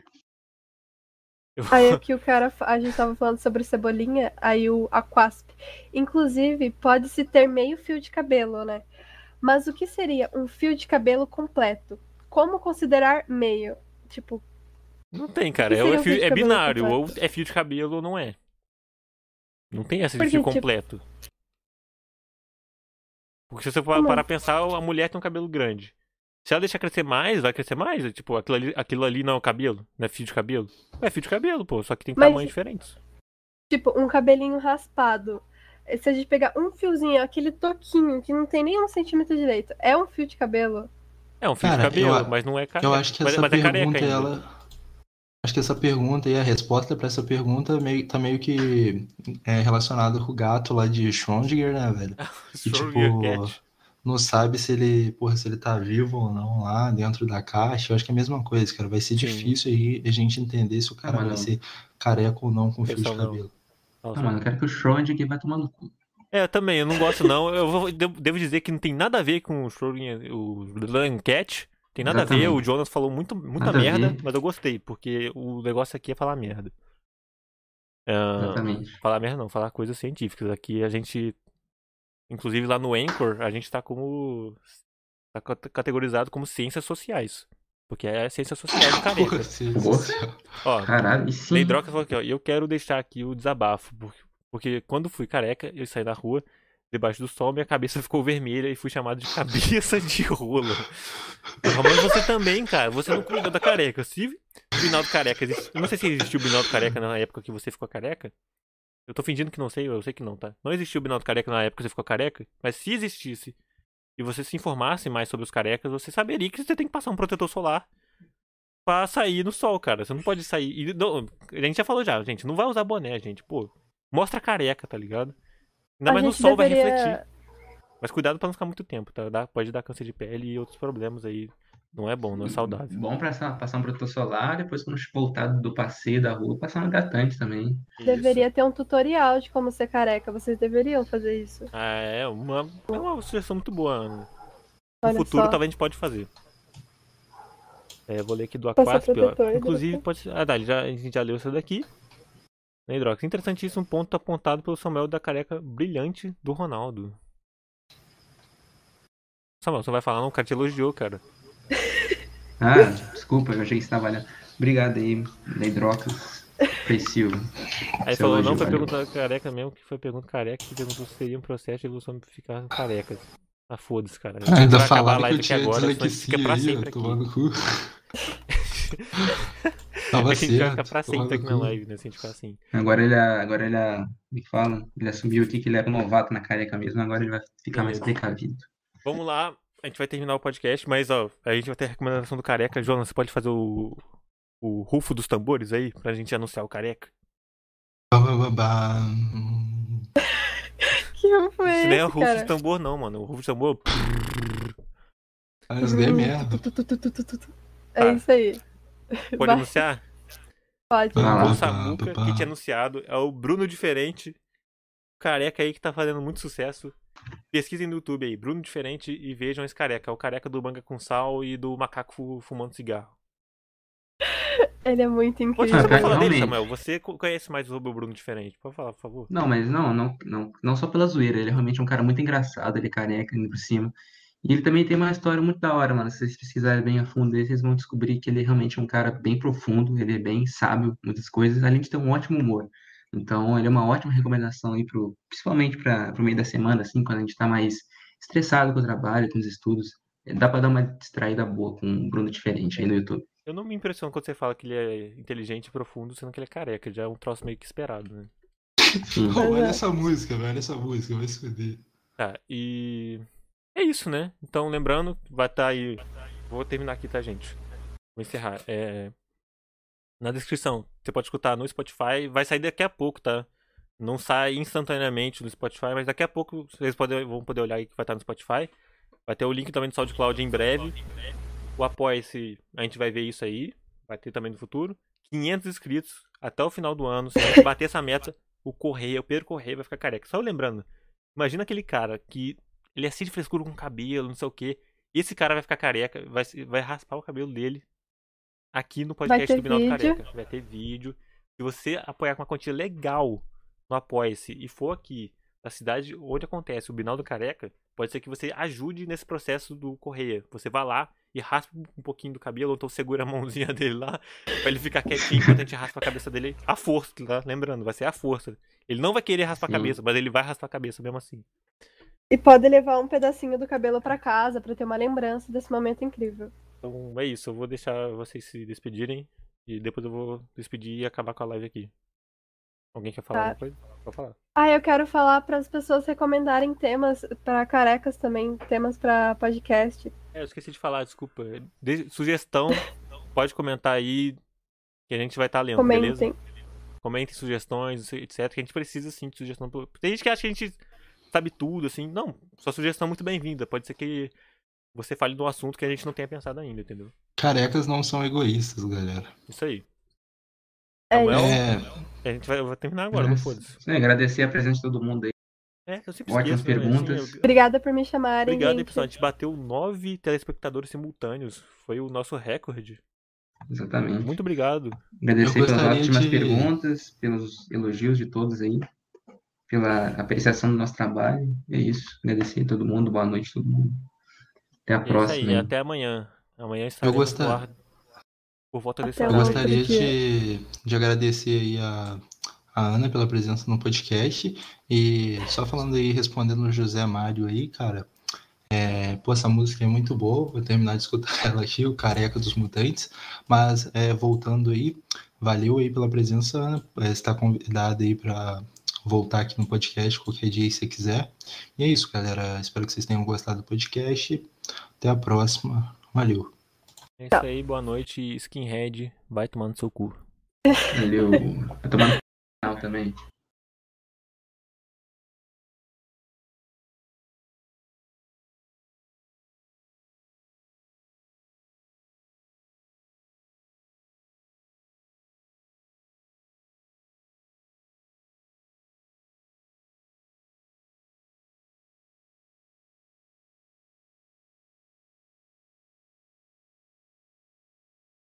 Eu- Aí aqui o cara, fa- a gente tava falando sobre cebolinha, aí o Aquasp. Inclusive, pode-se ter meio fio de cabelo, né? Mas o que seria um fio de cabelo completo? Como considerar meio? Tipo, Não tem, o cara. que É, seria é um fio- fio de é cabelo binário. Ou completo? é fio de cabelo ou não é. Não tem essa de Porque, fio tipo, completo. Porque se você for como parar a assim? pensar, a mulher tem um cabelo grande. Se ela deixar crescer mais, vai crescer mais. Tipo, aquilo ali, aquilo ali não é o cabelo? Não é fio de cabelo? É fio de cabelo, pô. Só que tem Mas, tamanhos diferentes. tipo, um cabelinho raspado. Se a gente pegar um fiozinho, aquele toquinho que não tem nem um centímetro direito, é um fio de cabelo? É um fio de Cara, eu, cabelo, a- mas não é eu careca. acho que Mas, essa mas é careca pergunta, ainda. ela. Acho que essa pergunta e a resposta pra essa pergunta meio, tá meio que é, relacionada com o gato lá de Schrödinger, né, velho? Que Schrödinger tipo, Cat. não sabe se ele, porra, se ele tá vivo ou não lá dentro da caixa. Eu acho que é a mesma coisa, cara. Vai ser Sim. difícil aí a gente entender se o Ah, cara vai mano. ser careca ou não com fio de Pensão não. cabelo. Fala Ah, só. mano, eu quero que o Schrödinger vai tomar no cu. É, eu também, eu não gosto não. Eu vou- devo devo dizer que não tem nada a ver com o Schrödinger, o Schrödinger Cat. Tem nada a ver, o Exatamente. Jonas falou muito, muita Nada a merda, ver. mas eu gostei, porque o negócio aqui é falar merda. Ah, Exatamente. falar merda não, falar coisas científicas. Aqui a gente, inclusive lá no Anchor, a gente tá como. Tá cate- categorizado como ciências sociais. Porque é ciências sociais do Porra, careca. ciência Porra. social. Ó, Caralho, e sim. Neidroca falou aqui, ó. Eu quero deixar aqui o desabafo. Porque, porque quando fui careca, eu saí na rua, debaixo do sol, minha cabeça ficou vermelha e fui chamado de cabeça de rola. Porra, mas você também, cara. Você não cuidou da careca. Se o Binaldo Careca existe. Eu não sei se existiu o Binaldo Careca na época que você ficou careca. Eu tô fingindo que não sei, eu sei que não, tá? Não existiu o Binaldo Careca na época que você ficou careca. Mas se existisse e você se informasse mais sobre os carecas, você saberia que você tem que passar um protetor solar pra sair no sol, cara. Você não pode sair. E, não, a gente já falou já, gente. Não vai usar boné, gente. Pô, mostra a careca, tá ligado? Ainda A mais no gente sol vai refletir. deveria. Mas cuidado pra não ficar muito tempo, tá? Dá- pode dar câncer de pele e outros problemas aí. Não é bom, não é saudável. Bom passar, passar um protetor solar, depois quando voltar do passeio da rua, passar um hidratante também. Isso. Deveria ter um tutorial de como ser careca. Vocês deveriam fazer isso. Ah, é uma, é uma sugestão muito boa, Ana. No Olha futuro, só. talvez a gente pode fazer. É, vou ler aqui do Passar Aquasp, ó. protetor, Inclusive, hidratante. pode ser. Ah, tá, ele já, a gente já leu essa daqui. Né, Hidrox? Interessantíssimo ponto apontado pelo Samuel da careca brilhante do Ronaldo. Samuel, você não vai falar não? O cara te elogiou, cara. Ah, desculpa, eu achei que você estava olhando. Obrigado aí, Leidrocas. Aprecio. Aí seu falou, elogio, não foi valeu. pergunta careca mesmo, que foi pergunta careca, que perguntou se seria um processo de evolução pra ficar carecas. Ah, foda-se, cara. A gente Ainda vai acabar a falaram que live eu aqui tinha agora, senão a gente fica dislexia pra aí, sempre ó, aqui. tomando cu. Tava A gente vai ficar certo, pra sempre tomando aqui na cu. live, né? Se a gente ficar assim. Agora ele, agora ele, me fala, ele assumiu aqui que ele era um novato na careca mesmo, agora ele vai ficar mais Beleza. precavido. Vamos lá, a gente vai terminar o podcast, mas ó, a gente vai ter a recomendação do careca. Jonas, você pode fazer o, o rufo dos tambores aí, pra gente anunciar o careca? Bababam. Que rufo foi Isso nem é o esse, rufo de cara? tambor não, mano. O rufo de tambor... Ah, isso daí é merda. Tu, tu, tu, tu, tu, tu, tu. É Tá. isso aí. Pode Vai, anunciar? pode. Vai lá. O Samuca, que tinha anunciado, é o Bruno Diferente, careca aí que tá fazendo muito sucesso. Pesquisem no YouTube aí, Bruno Diferente, e vejam esse careca. É o careca do Manga com Sal e do Macaco fu- Fumando Cigarro. Ele é muito Pode, incrível. você pode cara, falar dele, realmente. Samuel? Você co- conhece mais sobre o Bruno Diferente. Pode falar, por favor. Não, mas não, não, não, não só pela zoeira, ele é realmente um cara muito engraçado, ele é careca, indo por cima. E ele também tem uma história muito da hora, mano. Se vocês pesquisarem bem a fundo dele, vocês vão descobrir que ele é realmente um cara bem profundo, ele é bem sábio, em muitas coisas, além de ter um ótimo humor. Então, ele é uma ótima recomendação aí pro, principalmente para o meio da semana, assim, quando a gente tá mais estressado com o trabalho, com os estudos. Dá pra dar uma distraída boa com um Bruno Diferente aí no YouTube. Eu não me impressiono quando você fala que ele é inteligente e profundo, sendo que ele é careca. Já é um troço meio que esperado, né? Sim. Pô, olha essa música, velho. Olha essa música, vai se fuder. Tá, e... É isso, né? Então, lembrando, vai estar aí... Vou terminar aqui, tá, gente? Vou encerrar. É... Na descrição, você pode escutar no Spotify. Vai sair daqui a pouco, tá? Não sai instantaneamente no Spotify, mas daqui a pouco vocês podem, vão poder olhar aí que vai estar no Spotify. Vai ter o link também do SoundCloud em breve. O Apoia-se, a gente vai ver isso aí. Vai ter também no futuro. quinhentos inscritos até o final do ano. Se a gente bater essa meta, o Correia, o Pedro Correia vai ficar careca. Só lembrando, imagina aquele cara que ele é assim de frescura com cabelo, não sei o que. Esse cara vai ficar careca, vai, vai raspar o cabelo dele aqui no Vai podcast ter do Binaldo vídeo. Careca. Vai ter vídeo. Se você apoiar com uma quantia legal no Apoia-se e for aqui da cidade onde acontece o Binaldo Careca, pode ser que você ajude nesse processo do correia. Você vai lá e raspa um pouquinho do cabelo, ou então segura a mãozinha dele lá, pra ele ficar quietinho enquanto a gente raspa a cabeça dele à força, tá? Lembrando, vai ser à força. Ele não vai querer raspar Sim. a cabeça, mas ele vai raspar a cabeça mesmo assim. E pode levar um pedacinho do cabelo pra casa pra ter uma lembrança desse momento incrível. Então é isso, eu vou deixar vocês se despedirem e depois eu vou despedir e acabar com a live aqui. Alguém quer falar Tá. alguma coisa? Pode falar. Ah, eu quero falar para as pessoas recomendarem temas pra carecas também, temas pra podcast. É, eu esqueci de falar, desculpa. De- sugestão, pode comentar aí que a gente vai estar lendo, beleza? Comentem. Comentem sugestões, etcétera. Que a gente precisa sim de sugestão. Tem gente que acha que a gente sabe tudo, assim. Não, sua sugestão é muito bem-vinda. Pode ser que você fale de um assunto que a gente não tenha pensado ainda, entendeu? Carecas não são egoístas, galera. Isso aí. É Samuel, É, a gente vai, eu vou terminar agora, É, não foda-se. sim, agradecer a presença de todo mundo aí. É, eu sempre Ótimas esqueço, né, perguntas. assim, eu- Obrigada por me chamarem, Obrigado aí, gente. pessoal. A gente bateu nove telespectadores simultâneos. Foi o nosso recorde. Exatamente. Muito obrigado. Agradecer Eu pelas gostaria ótimas de- perguntas, pelos elogios de todos aí, pela apreciação do nosso trabalho. É isso. Agradecer a todo mundo. Boa noite a todo mundo. Até a É isso próxima. aí, aí. até amanhã. Amanhã estaremos gostar- no ar por volta desse Até Eu um horário. outro gostaria dia. de, de agradecer aí a, a Ana pela presença no podcast. E só falando aí, respondendo o José Mário aí, cara. É, pô, essa música é muito boa. Vou terminar de escutar ela aqui, o Careca dos Mutantes. Mas é, voltando aí, valeu aí pela presença, Ana. É, está convidada aí para voltar aqui no podcast qualquer dia se você quiser. E é isso, galera. Espero que vocês tenham gostado do podcast. Até a próxima. Valeu. É isso aí, boa noite. Skinhead, vai tomar no seu cu. Valeu. Vai tomar no final também.